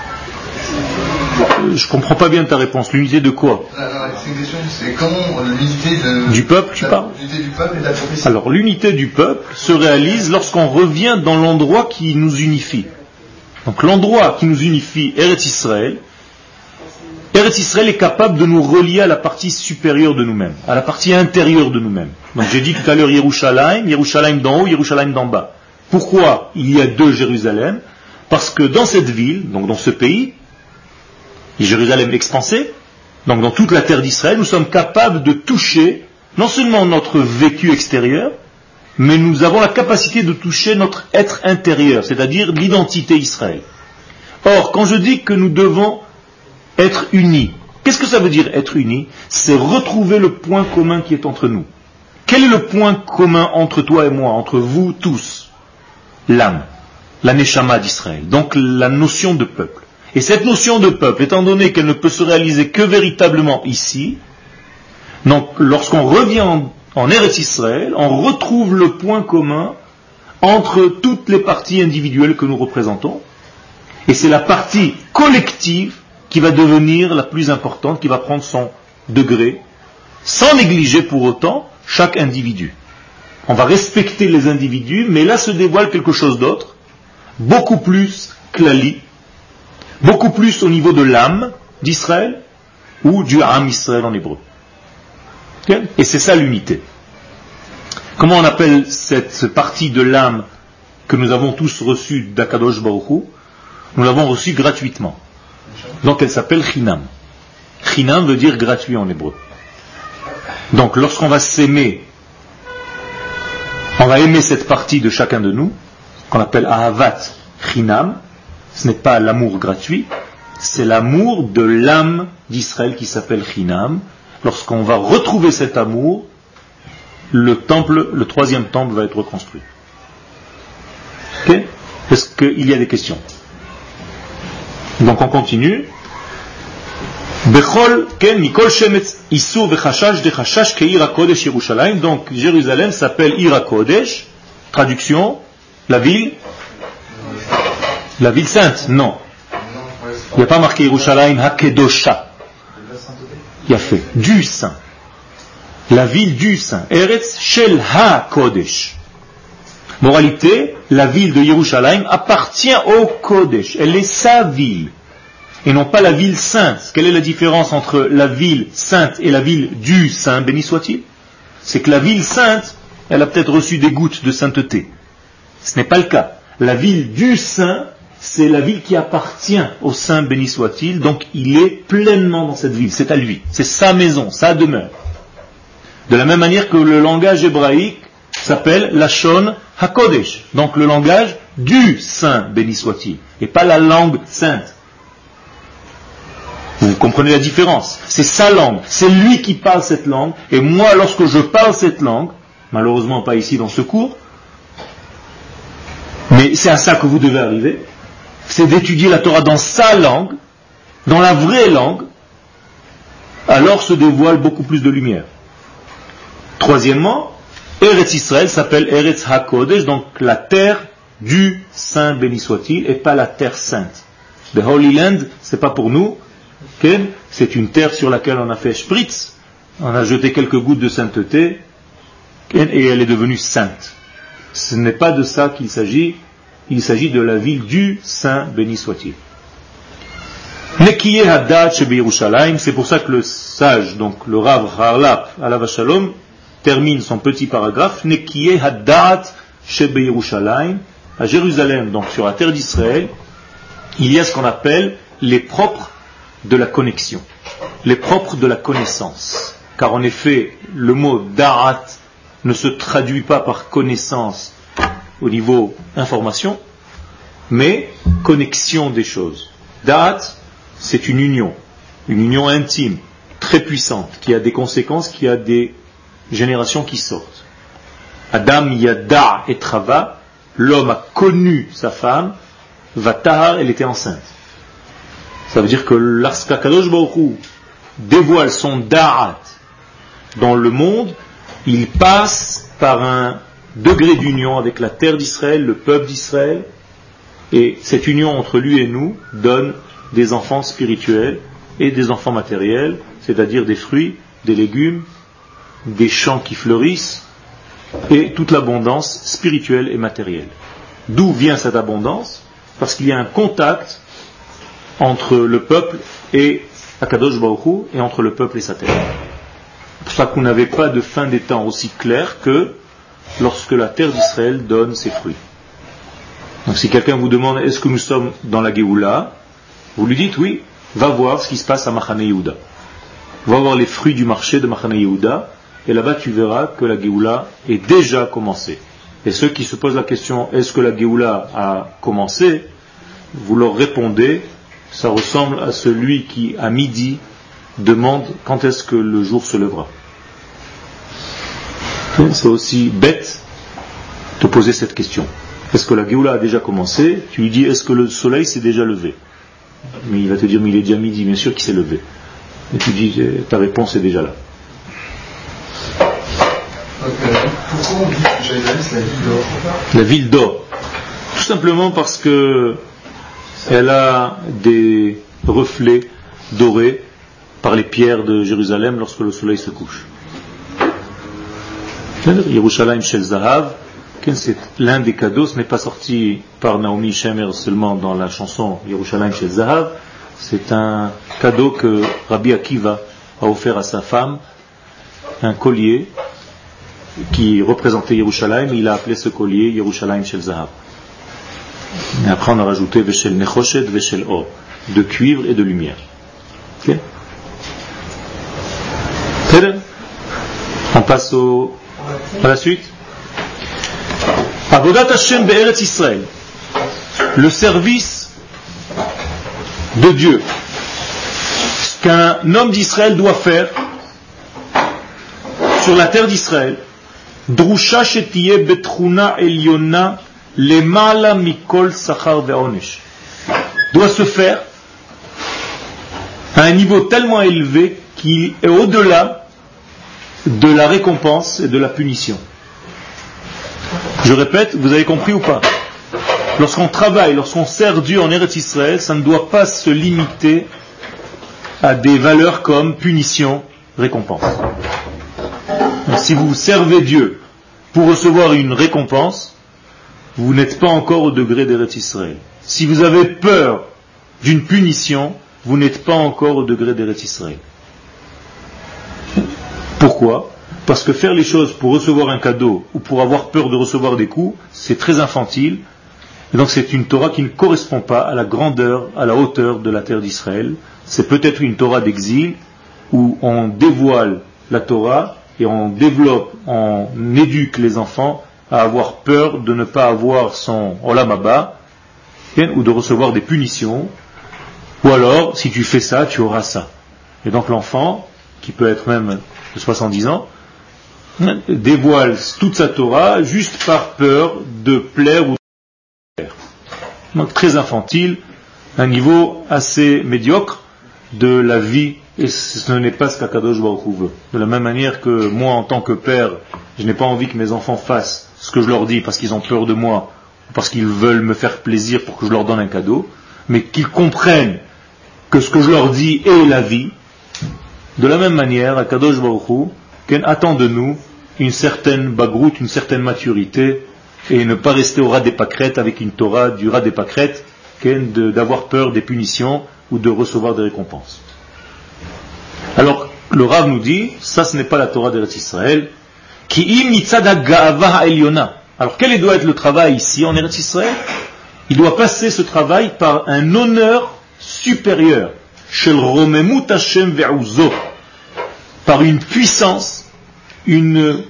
Je comprends pas bien ta réponse. L'unité de quoi? C'est une question, c'est comment l'unité de... Du peuple, tu parles? L'unité du peuple et de la prophétie. Alors, l'unité du peuple se réalise lorsqu'on revient dans l'endroit qui nous unifie. Donc, l'endroit qui nous unifie, Eretz Israël, Eretz Israël est capable de nous relier à la partie supérieure de nous-mêmes, à la partie intérieure de nous-mêmes. Donc, j'ai dit tout à l'heure Yerushalayim, Yerushalayim d'en haut, Yerushalayim d'en bas. Pourquoi il y a deux Jérusalem? Parce que dans cette ville, donc dans ce pays, Jérusalem expansée, donc dans toute la terre d'Israël, nous sommes capables de toucher non seulement notre vécu extérieur, mais nous avons la capacité de toucher notre être intérieur, c'est-à-dire l'identité Israël. Or, quand je dis que nous devons être unis, qu'est-ce que ça veut dire être unis? C'est retrouver le point commun qui est entre nous. Quel est le point commun entre toi et moi, entre vous tous? L'âme, la neshama d'Israël, donc la notion de peuple. Et cette notion de peuple, étant donné qu'elle ne peut se réaliser que véritablement ici, donc lorsqu'on revient en, en Eretz Israël, on retrouve le point commun entre toutes les parties individuelles que nous représentons, et c'est la partie collective qui va devenir la plus importante, qui va prendre son degré, sans négliger pour autant chaque individu. On va respecter les individus, mais là se dévoile quelque chose d'autre, beaucoup plus klali, beaucoup plus au niveau de l'âme d'Israël, ou du Am Israël en hébreu. Okay? Et c'est ça l'unité. Comment on appelle cette partie de l'âme que nous avons tous reçue d'Akadosh Baruch Hu? Nous l'avons reçue gratuitement. Donc elle s'appelle Chinam. Chinam veut dire gratuit en hébreu. Donc lorsqu'on va s'aimer, on va aimer cette partie de chacun de nous, qu'on appelle Ahavat Chinam. Ce n'est pas l'amour gratuit, c'est l'amour de l'âme d'Israël qui s'appelle Chinam. Lorsqu'on va retrouver cet amour, le temple, le troisième temple va être reconstruit. Ok? Est-ce qu'il y a des questions? Donc on continue. Donc Jérusalem s'appelle Ira Kodesh, traduction, La ville La ville sainte? Non. Il n'y a pas marqué Yerushalayim HaKedosha. Il y a fait du saint. La ville du saint. Eretz Shel HaKodesh. Moralité, la ville de Yerushalayim appartient au Kodesh. Elle est sa ville. Et non pas la ville sainte. Quelle est la différence entre la ville sainte et la ville du saint, béni soit-il? C'est que la ville sainte, elle a peut-être reçu des gouttes de sainteté. Ce n'est pas le cas. La ville du saint, c'est la ville qui appartient au saint, béni soit-il. Donc il est pleinement dans cette ville. C'est à lui. C'est sa maison, sa demeure. De la même manière que le langage hébraïque s'appelle Lashon HaKodesh. Donc le langage du saint, béni soit-il. Et pas la langue sainte. Vous comprenez la différence? C'est sa langue, c'est lui qui parle cette langue, et moi, lorsque je parle cette langue, malheureusement pas ici dans ce cours, mais c'est à ça que vous devez arriver, c'est d'étudier la Torah dans sa langue, dans la vraie langue, alors se dévoile beaucoup plus de lumière. Troisièmement, Eretz Israël s'appelle Eretz HaKodesh, donc la terre du Saint béni soit-il, et pas la terre sainte. The Holy Land, c'est pas pour nous, c'est une terre sur laquelle on a fait spritz, on a jeté quelques gouttes de sainteté, et elle est devenue sainte. Ce n'est pas de ça qu'il s'agit, il s'agit de la ville du Saint, béni soit-il. C'est pour ça que le sage, donc le Rav Harlap, alav shalom, termine son petit paragraphe, Nekiye Haddat Shebe Yerushalayim, à Jérusalem, donc sur la terre d'Israël, il y a ce qu'on appelle les propres de la connexion, les propres de la connaissance. Car en effet, le mot da'at ne se traduit pas par connaissance au niveau information, mais connexion des choses. Da'at, c'est une union, une union intime, très puissante, qui a des conséquences, qui a des générations qui sortent. Adam yada et trava, l'homme a connu sa femme, vatahar, elle était enceinte. Ça veut dire que lorsqu'Akadosh Baruch Hu dévoile son da'at dans le monde, il passe par un degré d'union avec la terre d'Israël, le peuple d'Israël, et cette union entre lui et nous donne des enfants spirituels et des enfants matériels, c'est-à-dire des fruits, des légumes, des champs qui fleurissent, et toute l'abondance spirituelle et matérielle. D'où vient cette abondance? Parce qu'il y a un contact entre le peuple et Akadosh Baruch Hu, et entre le peuple et sa terre. C'est pour ça qu'on n'avait pas de fin des temps aussi claire que lorsque la terre d'Israël donne ses fruits. Donc si quelqu'un vous demande est-ce que nous sommes dans la Géoula, vous lui dites oui, va voir ce qui se passe à Machane Yehuda. Va voir les fruits du marché de Machane Yehuda, et là-bas tu verras que la Géoula est déjà commencée. Et ceux qui se posent la question est-ce que la Géoula a commencé, vous leur répondez, ça ressemble à celui qui à midi demande quand est-ce que le jour se lèvera. C'est aussi bête de poser cette question. Est-ce que la Géoula a déjà commencé? Tu lui dis est-ce que le soleil s'est déjà levé? Mais il va te dire mais il est déjà midi, bien sûr qu'il s'est levé. Et tu dis ta réponse est déjà là. Pourquoi on dit que Jérusalem c'est la ville d'or? La ville d'or. Tout simplement parce que elle a des reflets dorés par les pierres de Jérusalem lorsque le soleil se couche. Yerushalayim Shel Zahav, c'est l'un des cadeaux, ce n'est pas sorti par Naomi Shemer seulement dans la chanson Yerushalayim Shel Zahav, c'est un cadeau que Rabbi Akiva a offert à sa femme, un collier qui représentait Yerushalayim, il a appelé ce collier Yerushalayim Shel Zahav. Et après on a rajouté Veshel Nechoshet, Veshel Or, de cuivre et de lumière. Okay. On passe au, à la suite. Avodat Hashem be'eretz Israël. Le service de Dieu. Ce qu'un homme d'Israël doit faire sur la terre d'Israël. Drusha shetiye betruna eliona lemala mikol sachar ve'onesh. Doit se faire à un niveau tellement élevé qu'il est au-delà de la récompense et de la punition. Je répète, vous avez compris ou pas? Lorsqu'on travaille, lorsqu'on sert Dieu en Eretz Israël, ça ne doit pas se limiter à des valeurs comme punition, récompense. Donc, si vous servez Dieu pour recevoir une récompense, vous n'êtes pas encore au degré d'Eretz Israël. Si vous avez peur d'une punition, vous n'êtes pas encore au degré d'Eretz Israël. Pourquoi ? Parce que faire les choses pour recevoir un cadeau ou pour avoir peur de recevoir des coups, c'est très infantile. Et donc c'est une Torah qui ne correspond pas à la grandeur, à la hauteur de la terre d'Israël. C'est peut-être une Torah d'exil où on dévoile la Torah et on développe, on éduque les enfants à avoir peur de ne pas avoir son Olam Haba ou de recevoir des punitions. Ou alors, si tu fais ça, tu auras ça. Et donc l'enfant, qui peut être même de soixante-dix ans, dévoile toute sa Torah juste par peur de plaire ou de plaire. Donc très infantile, un niveau assez médiocre de la vie, et ce n'est pas ce qu'Akadosh Baruch Hu veut. De la même manière que moi, en tant que père, je n'ai pas envie que mes enfants fassent ce que je leur dis parce qu'ils ont peur de moi, ou parce qu'ils veulent me faire plaisir pour que je leur donne un cadeau, mais qu'ils comprennent que ce que je leur dis est la vie. De la même manière, Akadosh Baruch Hu attend de nous une certaine bagroute, une certaine maturité, et ne pas rester au ras des pâquerettes avec une Torah du ras des pâquerettes, d'avoir peur des punitions ou de recevoir des récompenses. Alors, le Rav nous dit, ça ce n'est pas la Torah d'Eretz Israël, ki im mitzad ha'ga'ava ha'elyona. Alors, quel doit être le travail ici en Eretz Israël ? Il doit passer ce travail par un honneur supérieur, shel romemut Hashem ve'uzo, par une puissance, une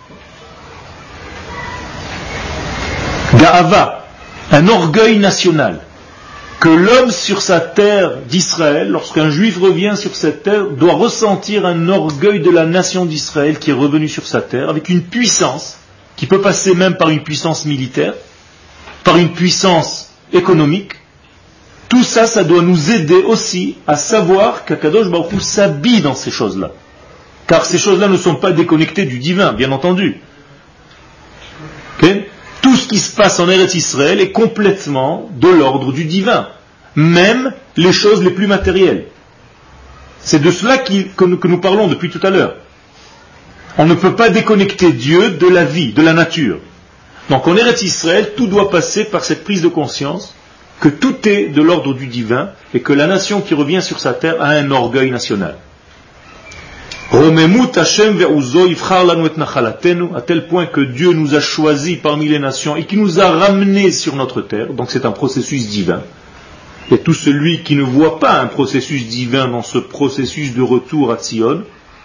ga'ava, un orgueil national, que l'homme sur sa terre d'Israël, lorsqu'un juif revient sur cette terre, doit ressentir un orgueil de la nation d'Israël qui est revenue sur sa terre, avec une puissance, qui peut passer même par une puissance militaire, par une puissance économique. Tout ça, ça doit nous aider aussi à savoir qu'Akadosh Baruch Hu s'habille dans ces choses-là. Car ces choses-là ne sont pas déconnectées du divin, bien entendu. Okay? Tout ce qui se passe en Eretz Israël est complètement de l'ordre du divin. Même les choses les plus matérielles. C'est de cela qui, que, nous, que nous parlons depuis tout à l'heure. On ne peut pas déconnecter Dieu de la vie, de la nature. Donc en Eretz Israël, tout doit passer par cette prise de conscience que tout est de l'ordre du divin et que la nation qui revient sur sa terre a un orgueil national. À tel point que Dieu nous a choisis parmi les nations et qui nous a ramenés sur notre terre. Donc c'est un processus divin. Et tout celui qui ne voit pas un processus divin dans ce processus de retour à Tzion,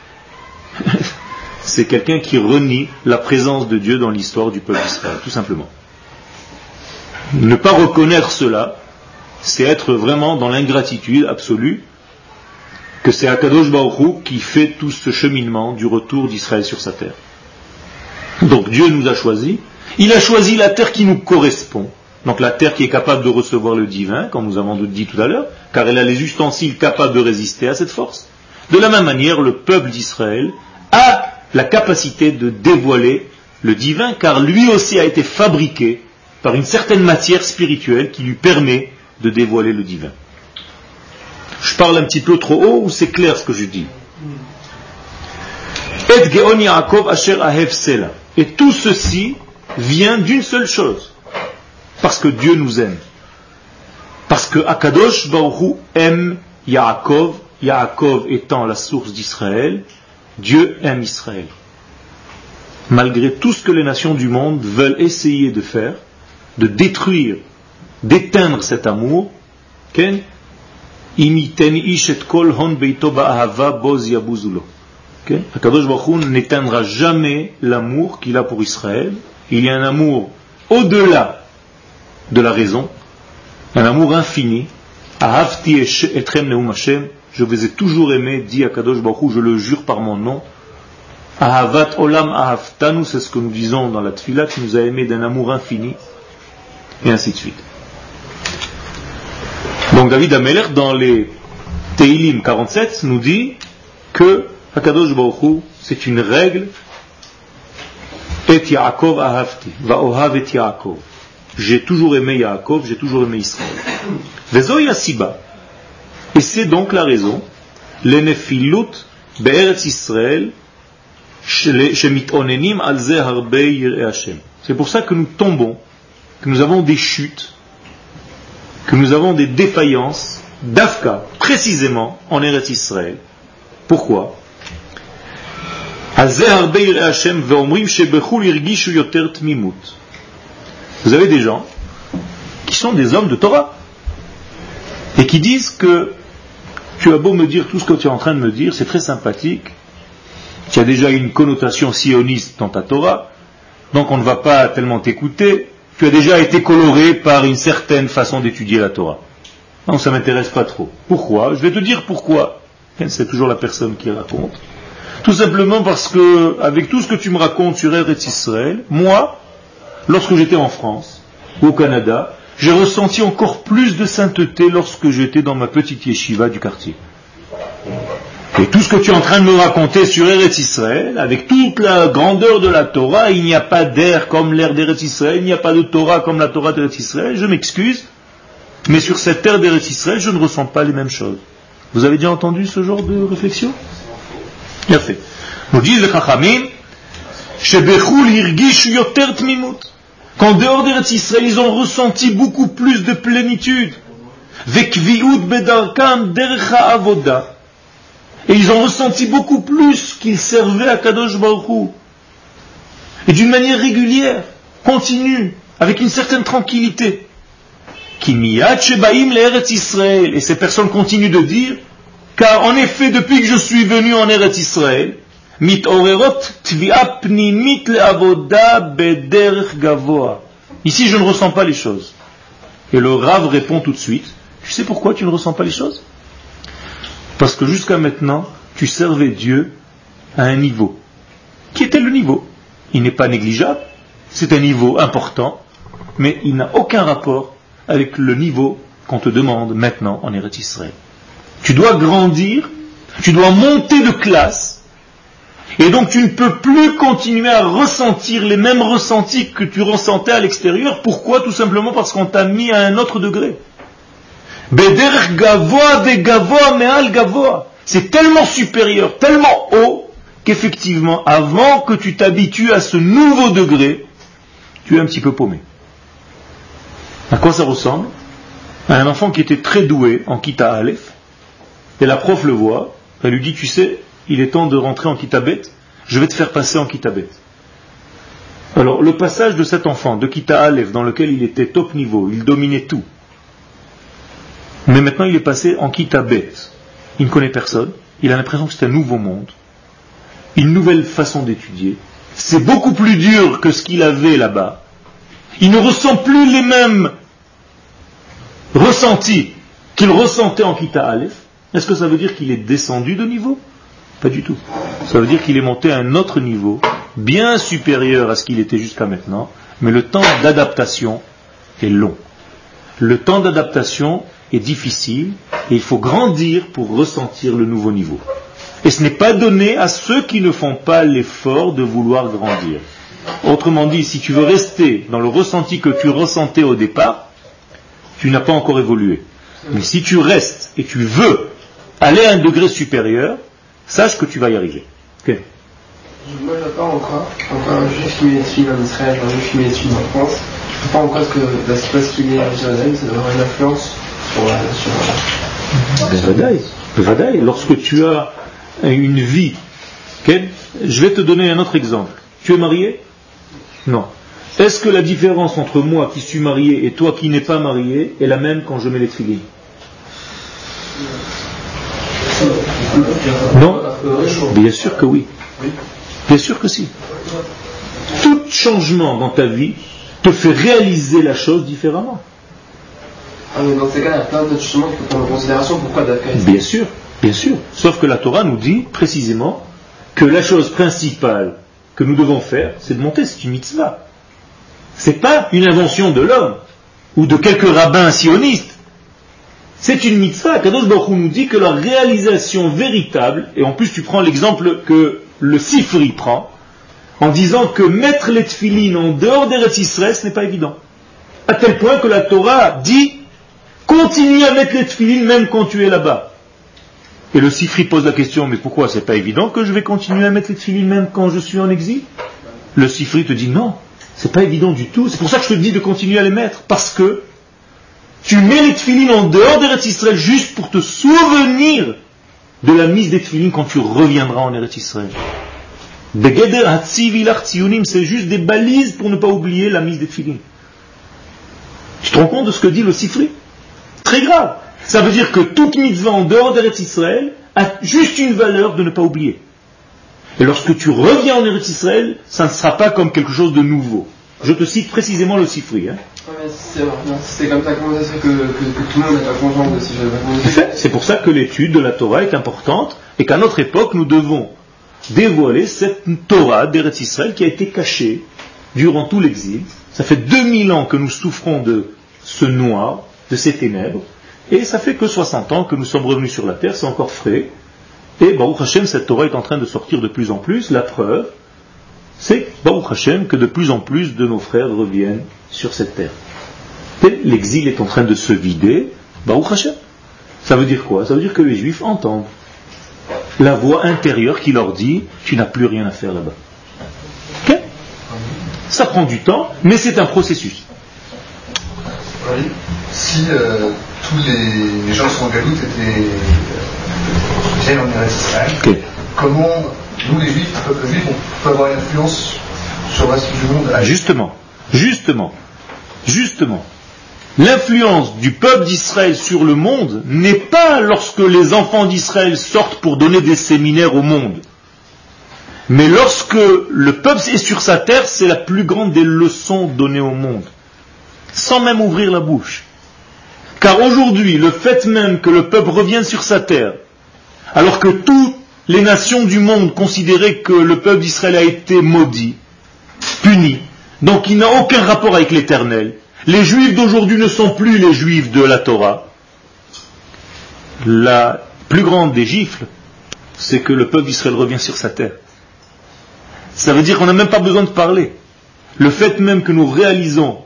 c'est quelqu'un qui renie la présence de Dieu dans l'histoire du peuple d'Israël, tout simplement. Ne pas reconnaître cela, c'est être vraiment dans l'ingratitude absolue, que c'est Akadosh Baruch Hu qui fait tout ce cheminement du retour d'Israël sur sa terre. Donc Dieu nous a choisis, il a choisi la terre qui nous correspond, donc la terre qui est capable de recevoir le divin, comme nous avons dit tout à l'heure, car elle a les ustensiles capables de résister à cette force. De la même manière, le peuple d'Israël a la capacité de dévoiler le divin, car lui aussi a été fabriqué par une certaine matière spirituelle qui lui permet de dévoiler le divin. Je parle un petit peu trop haut ou c'est clair ce que je dis? Et Geon Yaakov Asher Ahev Sela. Et tout ceci vient d'une seule chose. Parce que Dieu nous aime. Parce que Akadosh Baruch Hu aime Yaakov, Yaakov étant la source d'Israël, Dieu aime Israël. Malgré tout ce que les nations du monde veulent essayer de faire, de détruire, d'éteindre cet amour, Ken Akadosh Baruch Hu n'éteindra jamais l'amour qu'il a pour Israël. Il y a un amour au-delà de la raison, un amour infini. Ahavti etrem neum Hashem, je vous ai toujours aimé, dit Akadosh Baruch Hu, je le jure par mon nom. Ahavat olam ahavtanu, c'est ce que nous disons dans la Tfila, qui nous a aimé d'un amour infini, et ainsi de suite. Donc David Amelech, dans les Teilim quarante-sept, nous dit que Akadosh Baruch Hu, c'est une règle, et Yaakov ahavti, va ohav et Yaakov. j'ai toujours aimé Yaakov, j'ai toujours aimé Israël. Vezoi asiba. Et c'est donc la raison, les nefilut be'eretz Israël, shemitonenim al ze harbe yirei Hashem. C'est pour ça que nous tombons, que nous avons des chutes, que nous avons des défaillances, d'Afka, précisément en Eretz Israël. Pourquoi? Vous avez des gens qui sont des hommes de Torah et qui disent que tu as beau me dire tout ce que tu es en train de me dire, c'est très sympathique, tu as déjà une connotation sioniste dans ta Torah, donc on ne va pas tellement t'écouter, tu as déjà été coloré par une certaine façon d'étudier la Torah. Non, ça ne m'intéresse pas trop. Pourquoi? Je vais te dire pourquoi. C'est toujours la personne qui raconte. Tout simplement parce que, avec tout ce que tu me racontes sur Eretz Israël, moi, lorsque j'étais en France, ou au Canada, j'ai ressenti encore plus de sainteté lorsque j'étais dans ma petite yeshiva du quartier. Et tout ce que tu es en train de me raconter sur Eretz Israël, avec toute la grandeur de la Torah, il n'y a pas d'air comme l'air d'Eretz Israël, il n'y a pas de Torah comme la Torah d'Eretz Israël, je m'excuse, mais sur cette terre d'Eretz Israël, je ne ressens pas les mêmes choses. Vous avez déjà entendu ce genre de réflexion? Bien fait. Nous disent les Chachamim, qu'en dehors d'Eretz Israël, ils ont ressenti beaucoup plus de plénitude. Et ils ont ressenti beaucoup plus qu'ils servaient à Kadosh Baruch Hu. Et d'une manière régulière, continue, avec une certaine tranquillité. Et ces personnes continuent de dire, car en effet, depuis que je suis venu en Eretz Israël, ici je ne ressens pas les choses. Et le Rav répond tout de suite, tu sais pourquoi tu ne ressens pas les choses? Parce que jusqu'à maintenant, tu servais Dieu à un niveau. Qui était le niveau? Il n'est pas négligeable, c'est un niveau important, mais il n'a aucun rapport avec le niveau qu'on te demande maintenant en Eretz Israël. Tu dois grandir, tu dois monter de classe, et donc tu ne peux plus continuer à ressentir les mêmes ressentis que tu ressentais à l'extérieur. Pourquoi? Tout simplement parce qu'on t'a mis à un autre degré. Bederch gavoa de gavoa me'al gavoa. C'est tellement supérieur, tellement haut, qu'effectivement, avant que tu t'habitues à ce nouveau degré, tu es un petit peu paumé. À quoi ça ressemble? À un enfant qui était très doué en Kita Aleph, et la prof le voit, elle lui dit, tu sais, il est temps de rentrer en Kita Bet, je vais te faire passer en Kita Bet. Alors, le passage de cet enfant, de Kita Aleph, dans lequel il était top niveau, il dominait tout, mais maintenant il est passé en Kita Bet, il ne connaît personne, il a l'impression que c'est un nouveau monde, une nouvelle façon d'étudier, c'est beaucoup plus dur que ce qu'il avait là-bas, il ne ressent plus les mêmes ressentis qu'il ressentait en Kita Aleph. Est-ce que ça veut dire qu'il est descendu de niveau? Pas du tout. Ça veut dire qu'il est monté à un autre niveau, bien supérieur à ce qu'il était jusqu'à maintenant, mais le temps d'adaptation est long. Le temps d'adaptation est difficile, et il faut grandir pour ressentir le nouveau niveau. Et ce n'est pas donné à ceux qui ne font pas l'effort de vouloir grandir. Autrement dit, si tu veux rester dans le ressenti que tu ressentais au départ, tu n'as pas encore évolué. Mais si tu restes et tu veux aller à un degré supérieur, sache que tu vas y arriver. Okay. Moi, j'attends encore, encore un juif qui met des filles en Israël, un juif qui met des filles en France. Je ne sais pas encore ce que, parce que, parce qu'il est à Jérusalem, ça doit avoir une influence sur... sur Bevadaï, Bevadaï. Lorsque tu as une vie, okay, je vais te donner un autre exemple. Tu es marié? Non. Est-ce que la différence entre moi qui suis marié et toi qui n'es pas marié est la même quand je mets les tefilines? Non? Bien sûr que oui. Bien sûr que si. Tout changement dans ta vie te fait réaliser la chose différemment. Ah, mais dans ces cas, il y a plein d'autres changements qu'il faut prendre en considération. Pourquoi d'accord? Bien sûr, bien sûr. Sauf que la Torah nous dit précisément que la chose principale que nous devons faire, c'est de monter, c'est une mitzvah. C'est pas une invention de l'homme ou de quelques rabbins sionistes. C'est une mitzvah. Kadosh Baruch Hu nous dit que la réalisation véritable, et en plus tu prends l'exemple que le Sifri prend, en disant que mettre les tefilines en dehors d'Eretz Israël, ce n'est pas évident. À tel point que la Torah dit continue à mettre les tefilines même quand tu es là-bas. Et le Sifri pose la question, mais pourquoi? C'est pas évident que je vais continuer à mettre les tefilines même quand je suis en exil? Le Sifri te dit non, c'est pas évident du tout. C'est pour ça que je te dis de continuer à les mettre. Parce que tu mets les tefilines en dehors d'Eretz Israël juste pour te souvenir de la mise des tefilines quand tu reviendras en Eretz Israël. C'est juste des balises pour ne pas oublier la mise des tefilines. Tu te rends compte de ce que dit le Sifri? Très grave. Ça veut dire que toute mitzvah en dehors d'Eretz Israël a juste une valeur de ne pas oublier. Et lorsque tu reviens en Eretz Israël, ça ne sera pas comme quelque chose de nouveau. Je te cite précisément le Sifri. Hein. C'est, c'est comme ça, comment ça se fait que, que, que tout le monde n'est pas conscient de ce genre de... C'est pour ça que l'étude de la Torah est importante et qu'à notre époque, nous devons dévoiler cette Torah d'Eretz Israël qui a été cachée durant tout l'exil. Ça fait deux mille ans que nous souffrons de ce noir, de ces ténèbres, et ça fait que soixante ans que nous sommes revenus sur la terre, c'est encore frais. Et Baruch Hashem, cette Torah est en train de sortir de plus en plus. La preuve, c'est Baruch Hashem que de plus en plus de nos frères reviennent sur cette terre. Et l'exil est en train de se vider, Baruch Hashem. Ça veut dire quoi? Ça veut dire que les Juifs entendent la voix intérieure qui leur dit « tu n'as plus rien à faire là-bas ». Okay? Ça prend du temps, mais c'est un processus. Oui. Si euh, tous les, les gens qui sont en Galoute étaient euh, viennent en Eretz Israël, okay. Comment nous les Juifs, le peuple juif, on peut avoir une influence sur le reste du monde? Justement, justement, justement. L'influence du peuple d'Israël sur le monde n'est pas lorsque les enfants d'Israël sortent pour donner des séminaires au monde. Mais lorsque le peuple est sur sa terre, c'est la plus grande des leçons données au monde. Sans même ouvrir la bouche. Car aujourd'hui, le fait même que le peuple revienne sur sa terre, alors que toutes les nations du monde considéraient que le peuple d'Israël a été maudit, puni, donc il n'a aucun rapport avec l'Éternel. Les Juifs d'aujourd'hui ne sont plus les Juifs de la Torah. La plus grande des gifles, c'est que le peuple d'Israël revient sur sa terre. Ça veut dire qu'on n'a même pas besoin de parler. Le fait même que nous réalisons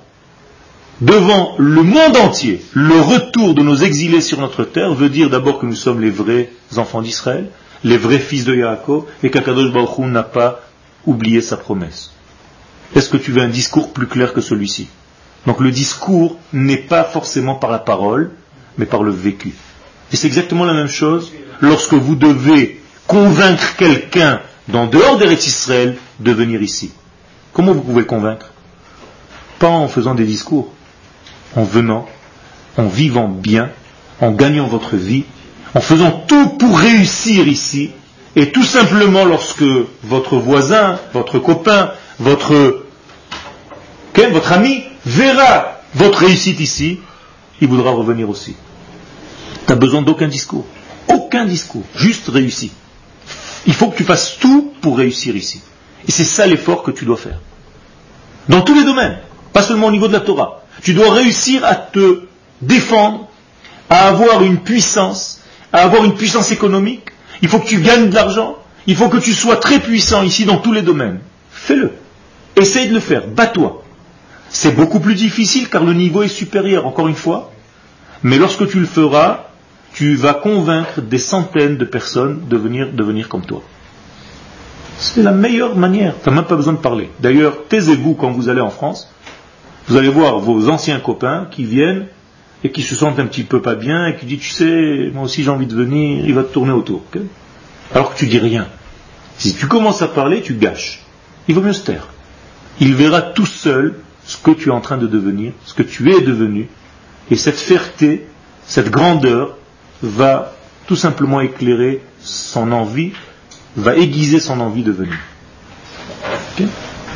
devant le monde entier le retour de nos exilés sur notre terre veut dire d'abord que nous sommes les vrais enfants d'Israël, les vrais fils de Yaakov, et qu'Akadosh Baruch Hu n'a pas oublié sa promesse. Est-ce que tu veux un discours plus clair que celui-ci? Donc le discours n'est pas forcément par la parole, mais par le vécu. Et c'est exactement la même chose lorsque vous devez convaincre quelqu'un d'en dehors d'Eretz Israël de venir ici. Comment vous pouvez le convaincre? Pas en faisant des discours, en venant, en vivant bien, en gagnant votre vie, en faisant tout pour réussir ici, et tout simplement lorsque votre voisin, votre copain, votre, okay, votre ami verra votre réussite ici, il voudra revenir aussi. Tu n'as besoin d'aucun discours. Aucun discours. Juste réussi. Il faut que tu fasses tout pour réussir ici. Et c'est ça l'effort que tu dois faire. Dans tous les domaines. Pas seulement au niveau de la Torah. Tu dois réussir à te défendre, à avoir une puissance, à avoir une puissance économique. Il faut que tu gagnes de l'argent. Il faut que tu sois très puissant ici dans tous les domaines. Fais-le. Essaye de le faire. Bats-toi. C'est beaucoup plus difficile car le niveau est supérieur, encore une fois. Mais lorsque tu le feras, tu vas convaincre des centaines de personnes de venir devenir comme toi. C'est la meilleure manière. Tu n'as même pas besoin de parler. D'ailleurs, taisez-vous quand vous allez en France. Vous allez voir vos anciens copains qui viennent et qui se sentent un petit peu pas bien et qui disent, tu sais, moi aussi j'ai envie de venir, il va te tourner autour. Okay? Alors que tu dis rien. Si tu commences à parler, tu gâches. Il vaut mieux se taire. Il verra tout seul ce que tu es en train de devenir, ce que tu es devenu, et cette fierté, cette grandeur va tout simplement éclairer son envie, va aiguiser son envie de venir. Okay?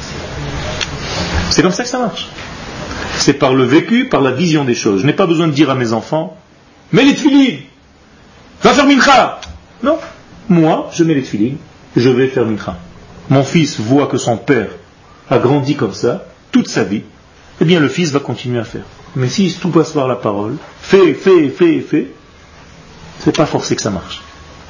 C'est comme ça que ça marche. C'est par le vécu, par la vision des choses. Je n'ai pas besoin de dire à mes enfants, mets les tefilines, va faire mincha. Non, moi, je mets les tefilines, je vais faire mincha. Mon fils voit que son père a grandi comme ça, toute sa vie, eh bien le fils va continuer à faire. Mais si tout passe par la parole, fais, fais, fais, fais, c'est pas forcé que ça marche.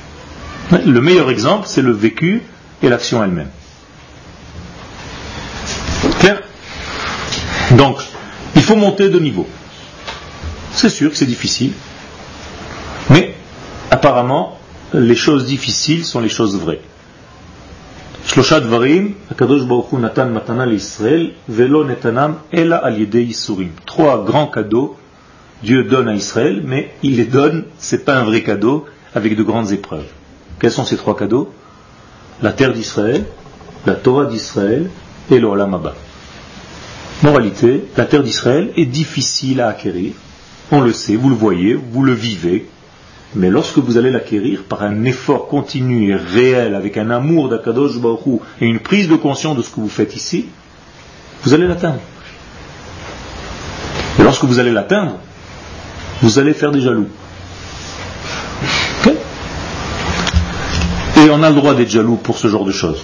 Le meilleur exemple, c'est le vécu et l'action elle-même. Clair? Donc, il faut monter de niveau. C'est sûr que c'est difficile, mais apparemment, les choses difficiles sont les choses vraies. Shlosha dvarim, Akadosh Baruch Hu natan matana l'Israël, velo netanam ela al yedei yisurim. Trois grands cadeaux Dieu donne à Israël, mais il les donne, c'est pas un vrai cadeau, avec de grandes épreuves. Quels sont ces trois cadeaux? La terre d'Israël, la Torah d'Israël et le Olam Haba. Moralité, la terre d'Israël est difficile à acquérir. On le sait, vous le voyez, vous le vivez. Mais lorsque vous allez l'acquérir par un effort continu et réel, avec un amour d'Akadosh Baruch Hu et une prise de conscience de ce que vous faites ici, vous allez l'atteindre. Et lorsque vous allez l'atteindre, vous allez faire des jaloux. Okay? Et on a le droit d'être jaloux pour ce genre de choses.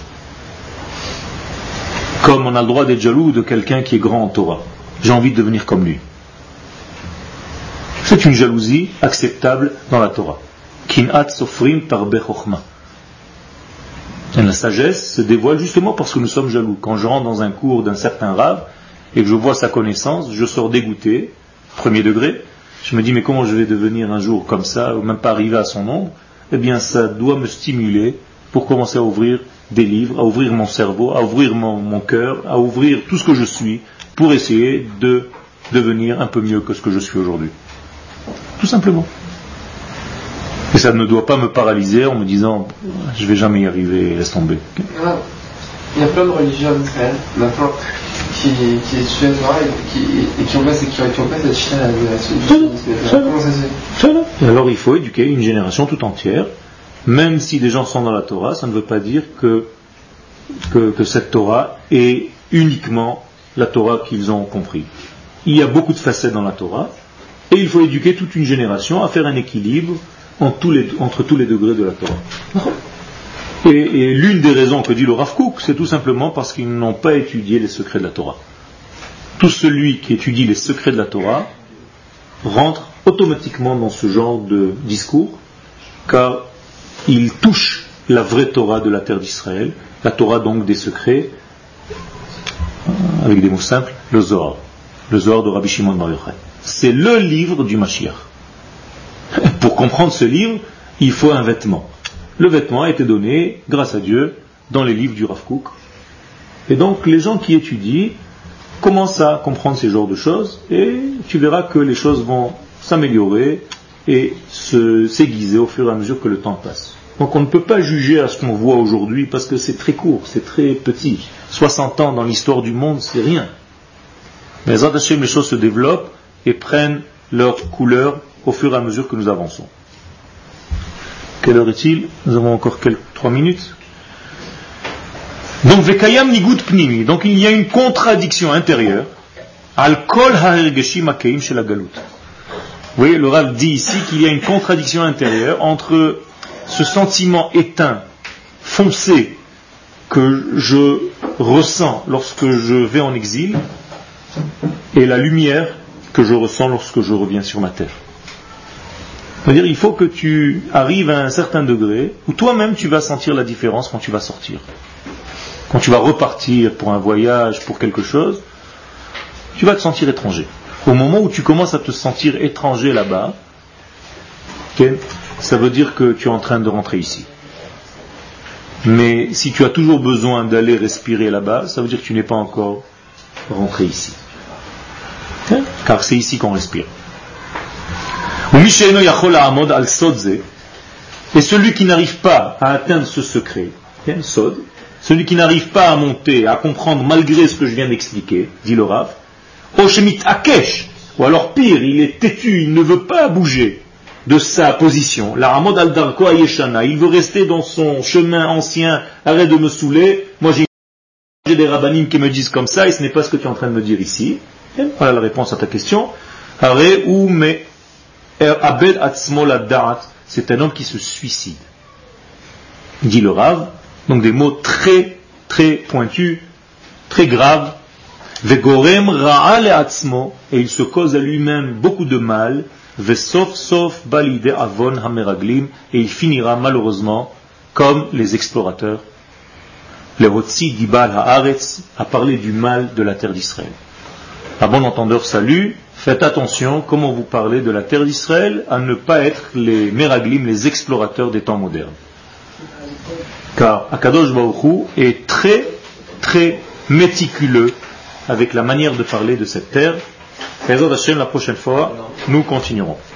Comme on a le droit d'être jaloux de quelqu'un qui est grand en Torah. J'ai envie de devenir comme lui. C'est une jalousie acceptable dans la Torah. Kin'at sofrim tarbe chokhma. La sagesse se dévoile justement parce que nous sommes jaloux. Quand je rentre dans un cours d'un certain rave et que je vois sa connaissance, je sors dégoûté, premier degré. Je me dis mais comment je vais devenir un jour comme ça, ou même pas arriver à son nombre? Eh bien ça doit me stimuler pour commencer à ouvrir des livres, à ouvrir mon cerveau, à ouvrir mon, mon cœur, à ouvrir tout ce que je suis pour essayer de devenir un peu mieux que ce que je suis aujourd'hui. Tout simplement. Et ça ne doit pas me paralyser en me disant je vais jamais y arriver, laisse tomber. Ah, il y a plein de religions en Israël, maintenant, qui, qui étudient le Torah et qui, et qui ont pas cette chita à la solution. Comment ça se fait? Et alors il faut éduquer une génération tout entière. Même si des gens sont dans la Torah, ça ne veut pas dire que, que, que cette Torah est uniquement la Torah qu'ils ont compris. Il y a beaucoup de facettes dans la Torah. Et il faut éduquer toute une génération à faire un équilibre entre tous les, entre tous les degrés de la Torah. Et, et l'une des raisons que dit le Rav Kook, c'est tout simplement parce qu'ils n'ont pas étudié les secrets de la Torah. Tout celui qui étudie les secrets de la Torah rentre automatiquement dans ce genre de discours, car il touche la vraie Torah de la terre d'Israël, la Torah donc des secrets, avec des mots simples, le Zohar, le Zohar de Rabbi Shimon Bar Yochai. C'est le livre du Mashiach. Pour comprendre ce livre, il faut un vêtement. Le vêtement a été donné, grâce à Dieu, dans les livres du Rav Kook. Et donc, les gens qui étudient commencent à comprendre ces genres de choses, et tu verras que les choses vont s'améliorer et se, s'aiguiser au fur et à mesure que le temps passe. Donc, on ne peut pas juger à ce qu'on voit aujourd'hui, parce que c'est très court, c'est très petit. soixante ans dans l'histoire du monde, c'est rien. Mais les choses se développent et prennent leur couleur au fur et à mesure que nous avançons. Quelle heure est-il? Nous avons encore quelques trois minutes. Donc, Vekayam Nigut Pnimi. Donc, il y a une contradiction intérieure. Al Kol Ha'ergeshim Akeim Shel Hagalut. Vous voyez, le Rav dit ici qu'il y a une contradiction intérieure entre ce sentiment éteint, foncé, que je ressens lorsque je vais en exil, et la lumière que je ressens lorsque je reviens sur ma terre. C'est-à-dire, il faut que tu arrives à un certain degré où toi-même tu vas sentir la différence quand tu vas sortir. Quand tu vas repartir pour un voyage, pour quelque chose, tu vas te sentir étranger. Au moment où tu commences à te sentir étranger là-bas, okay, ça veut dire que tu es en train de rentrer ici. Mais si tu as toujours besoin d'aller respirer là-bas, ça veut dire que tu n'es pas encore rentré ici. Okay? Car c'est ici qu'on respire. Et celui qui n'arrive pas à atteindre ce secret, okay, sod, celui qui n'arrive pas à monter, à comprendre malgré ce que je viens d'expliquer, dit le Rav, Oshemit Akesh, ou alors pire, il est têtu, il ne veut pas bouger de sa position. La Ramod al-Darko Ayeshana, il veut rester dans son chemin ancien, arrête de me saouler, moi j'ai des rabbanim qui me disent comme ça, et ce n'est pas ce que tu es en train de me dire ici. Et voilà la réponse à ta question. Are ou me Abed Atzmo Laddaat, c'est un homme qui se suicide, dit le Rav. Donc des mots très très pointus, très graves. Vegorem Ra'ale Atzmo, et il se cause à lui-même beaucoup de mal. Vesof Sof Balide Avon Hameraglim, et il finira malheureusement comme les explorateurs. Les Hotzi Dibal Haaretz, a parlé du mal de la terre d'Israël. À bon entendeur, salut. Faites attention, comment vous parlez de la terre d'Israël, à ne pas être les meraglim, les explorateurs des temps modernes. Car Akadosh Baruch Hu est très, très méticuleux avec la manière de parler de cette terre. Bezrat Hashem, la prochaine fois, nous continuerons.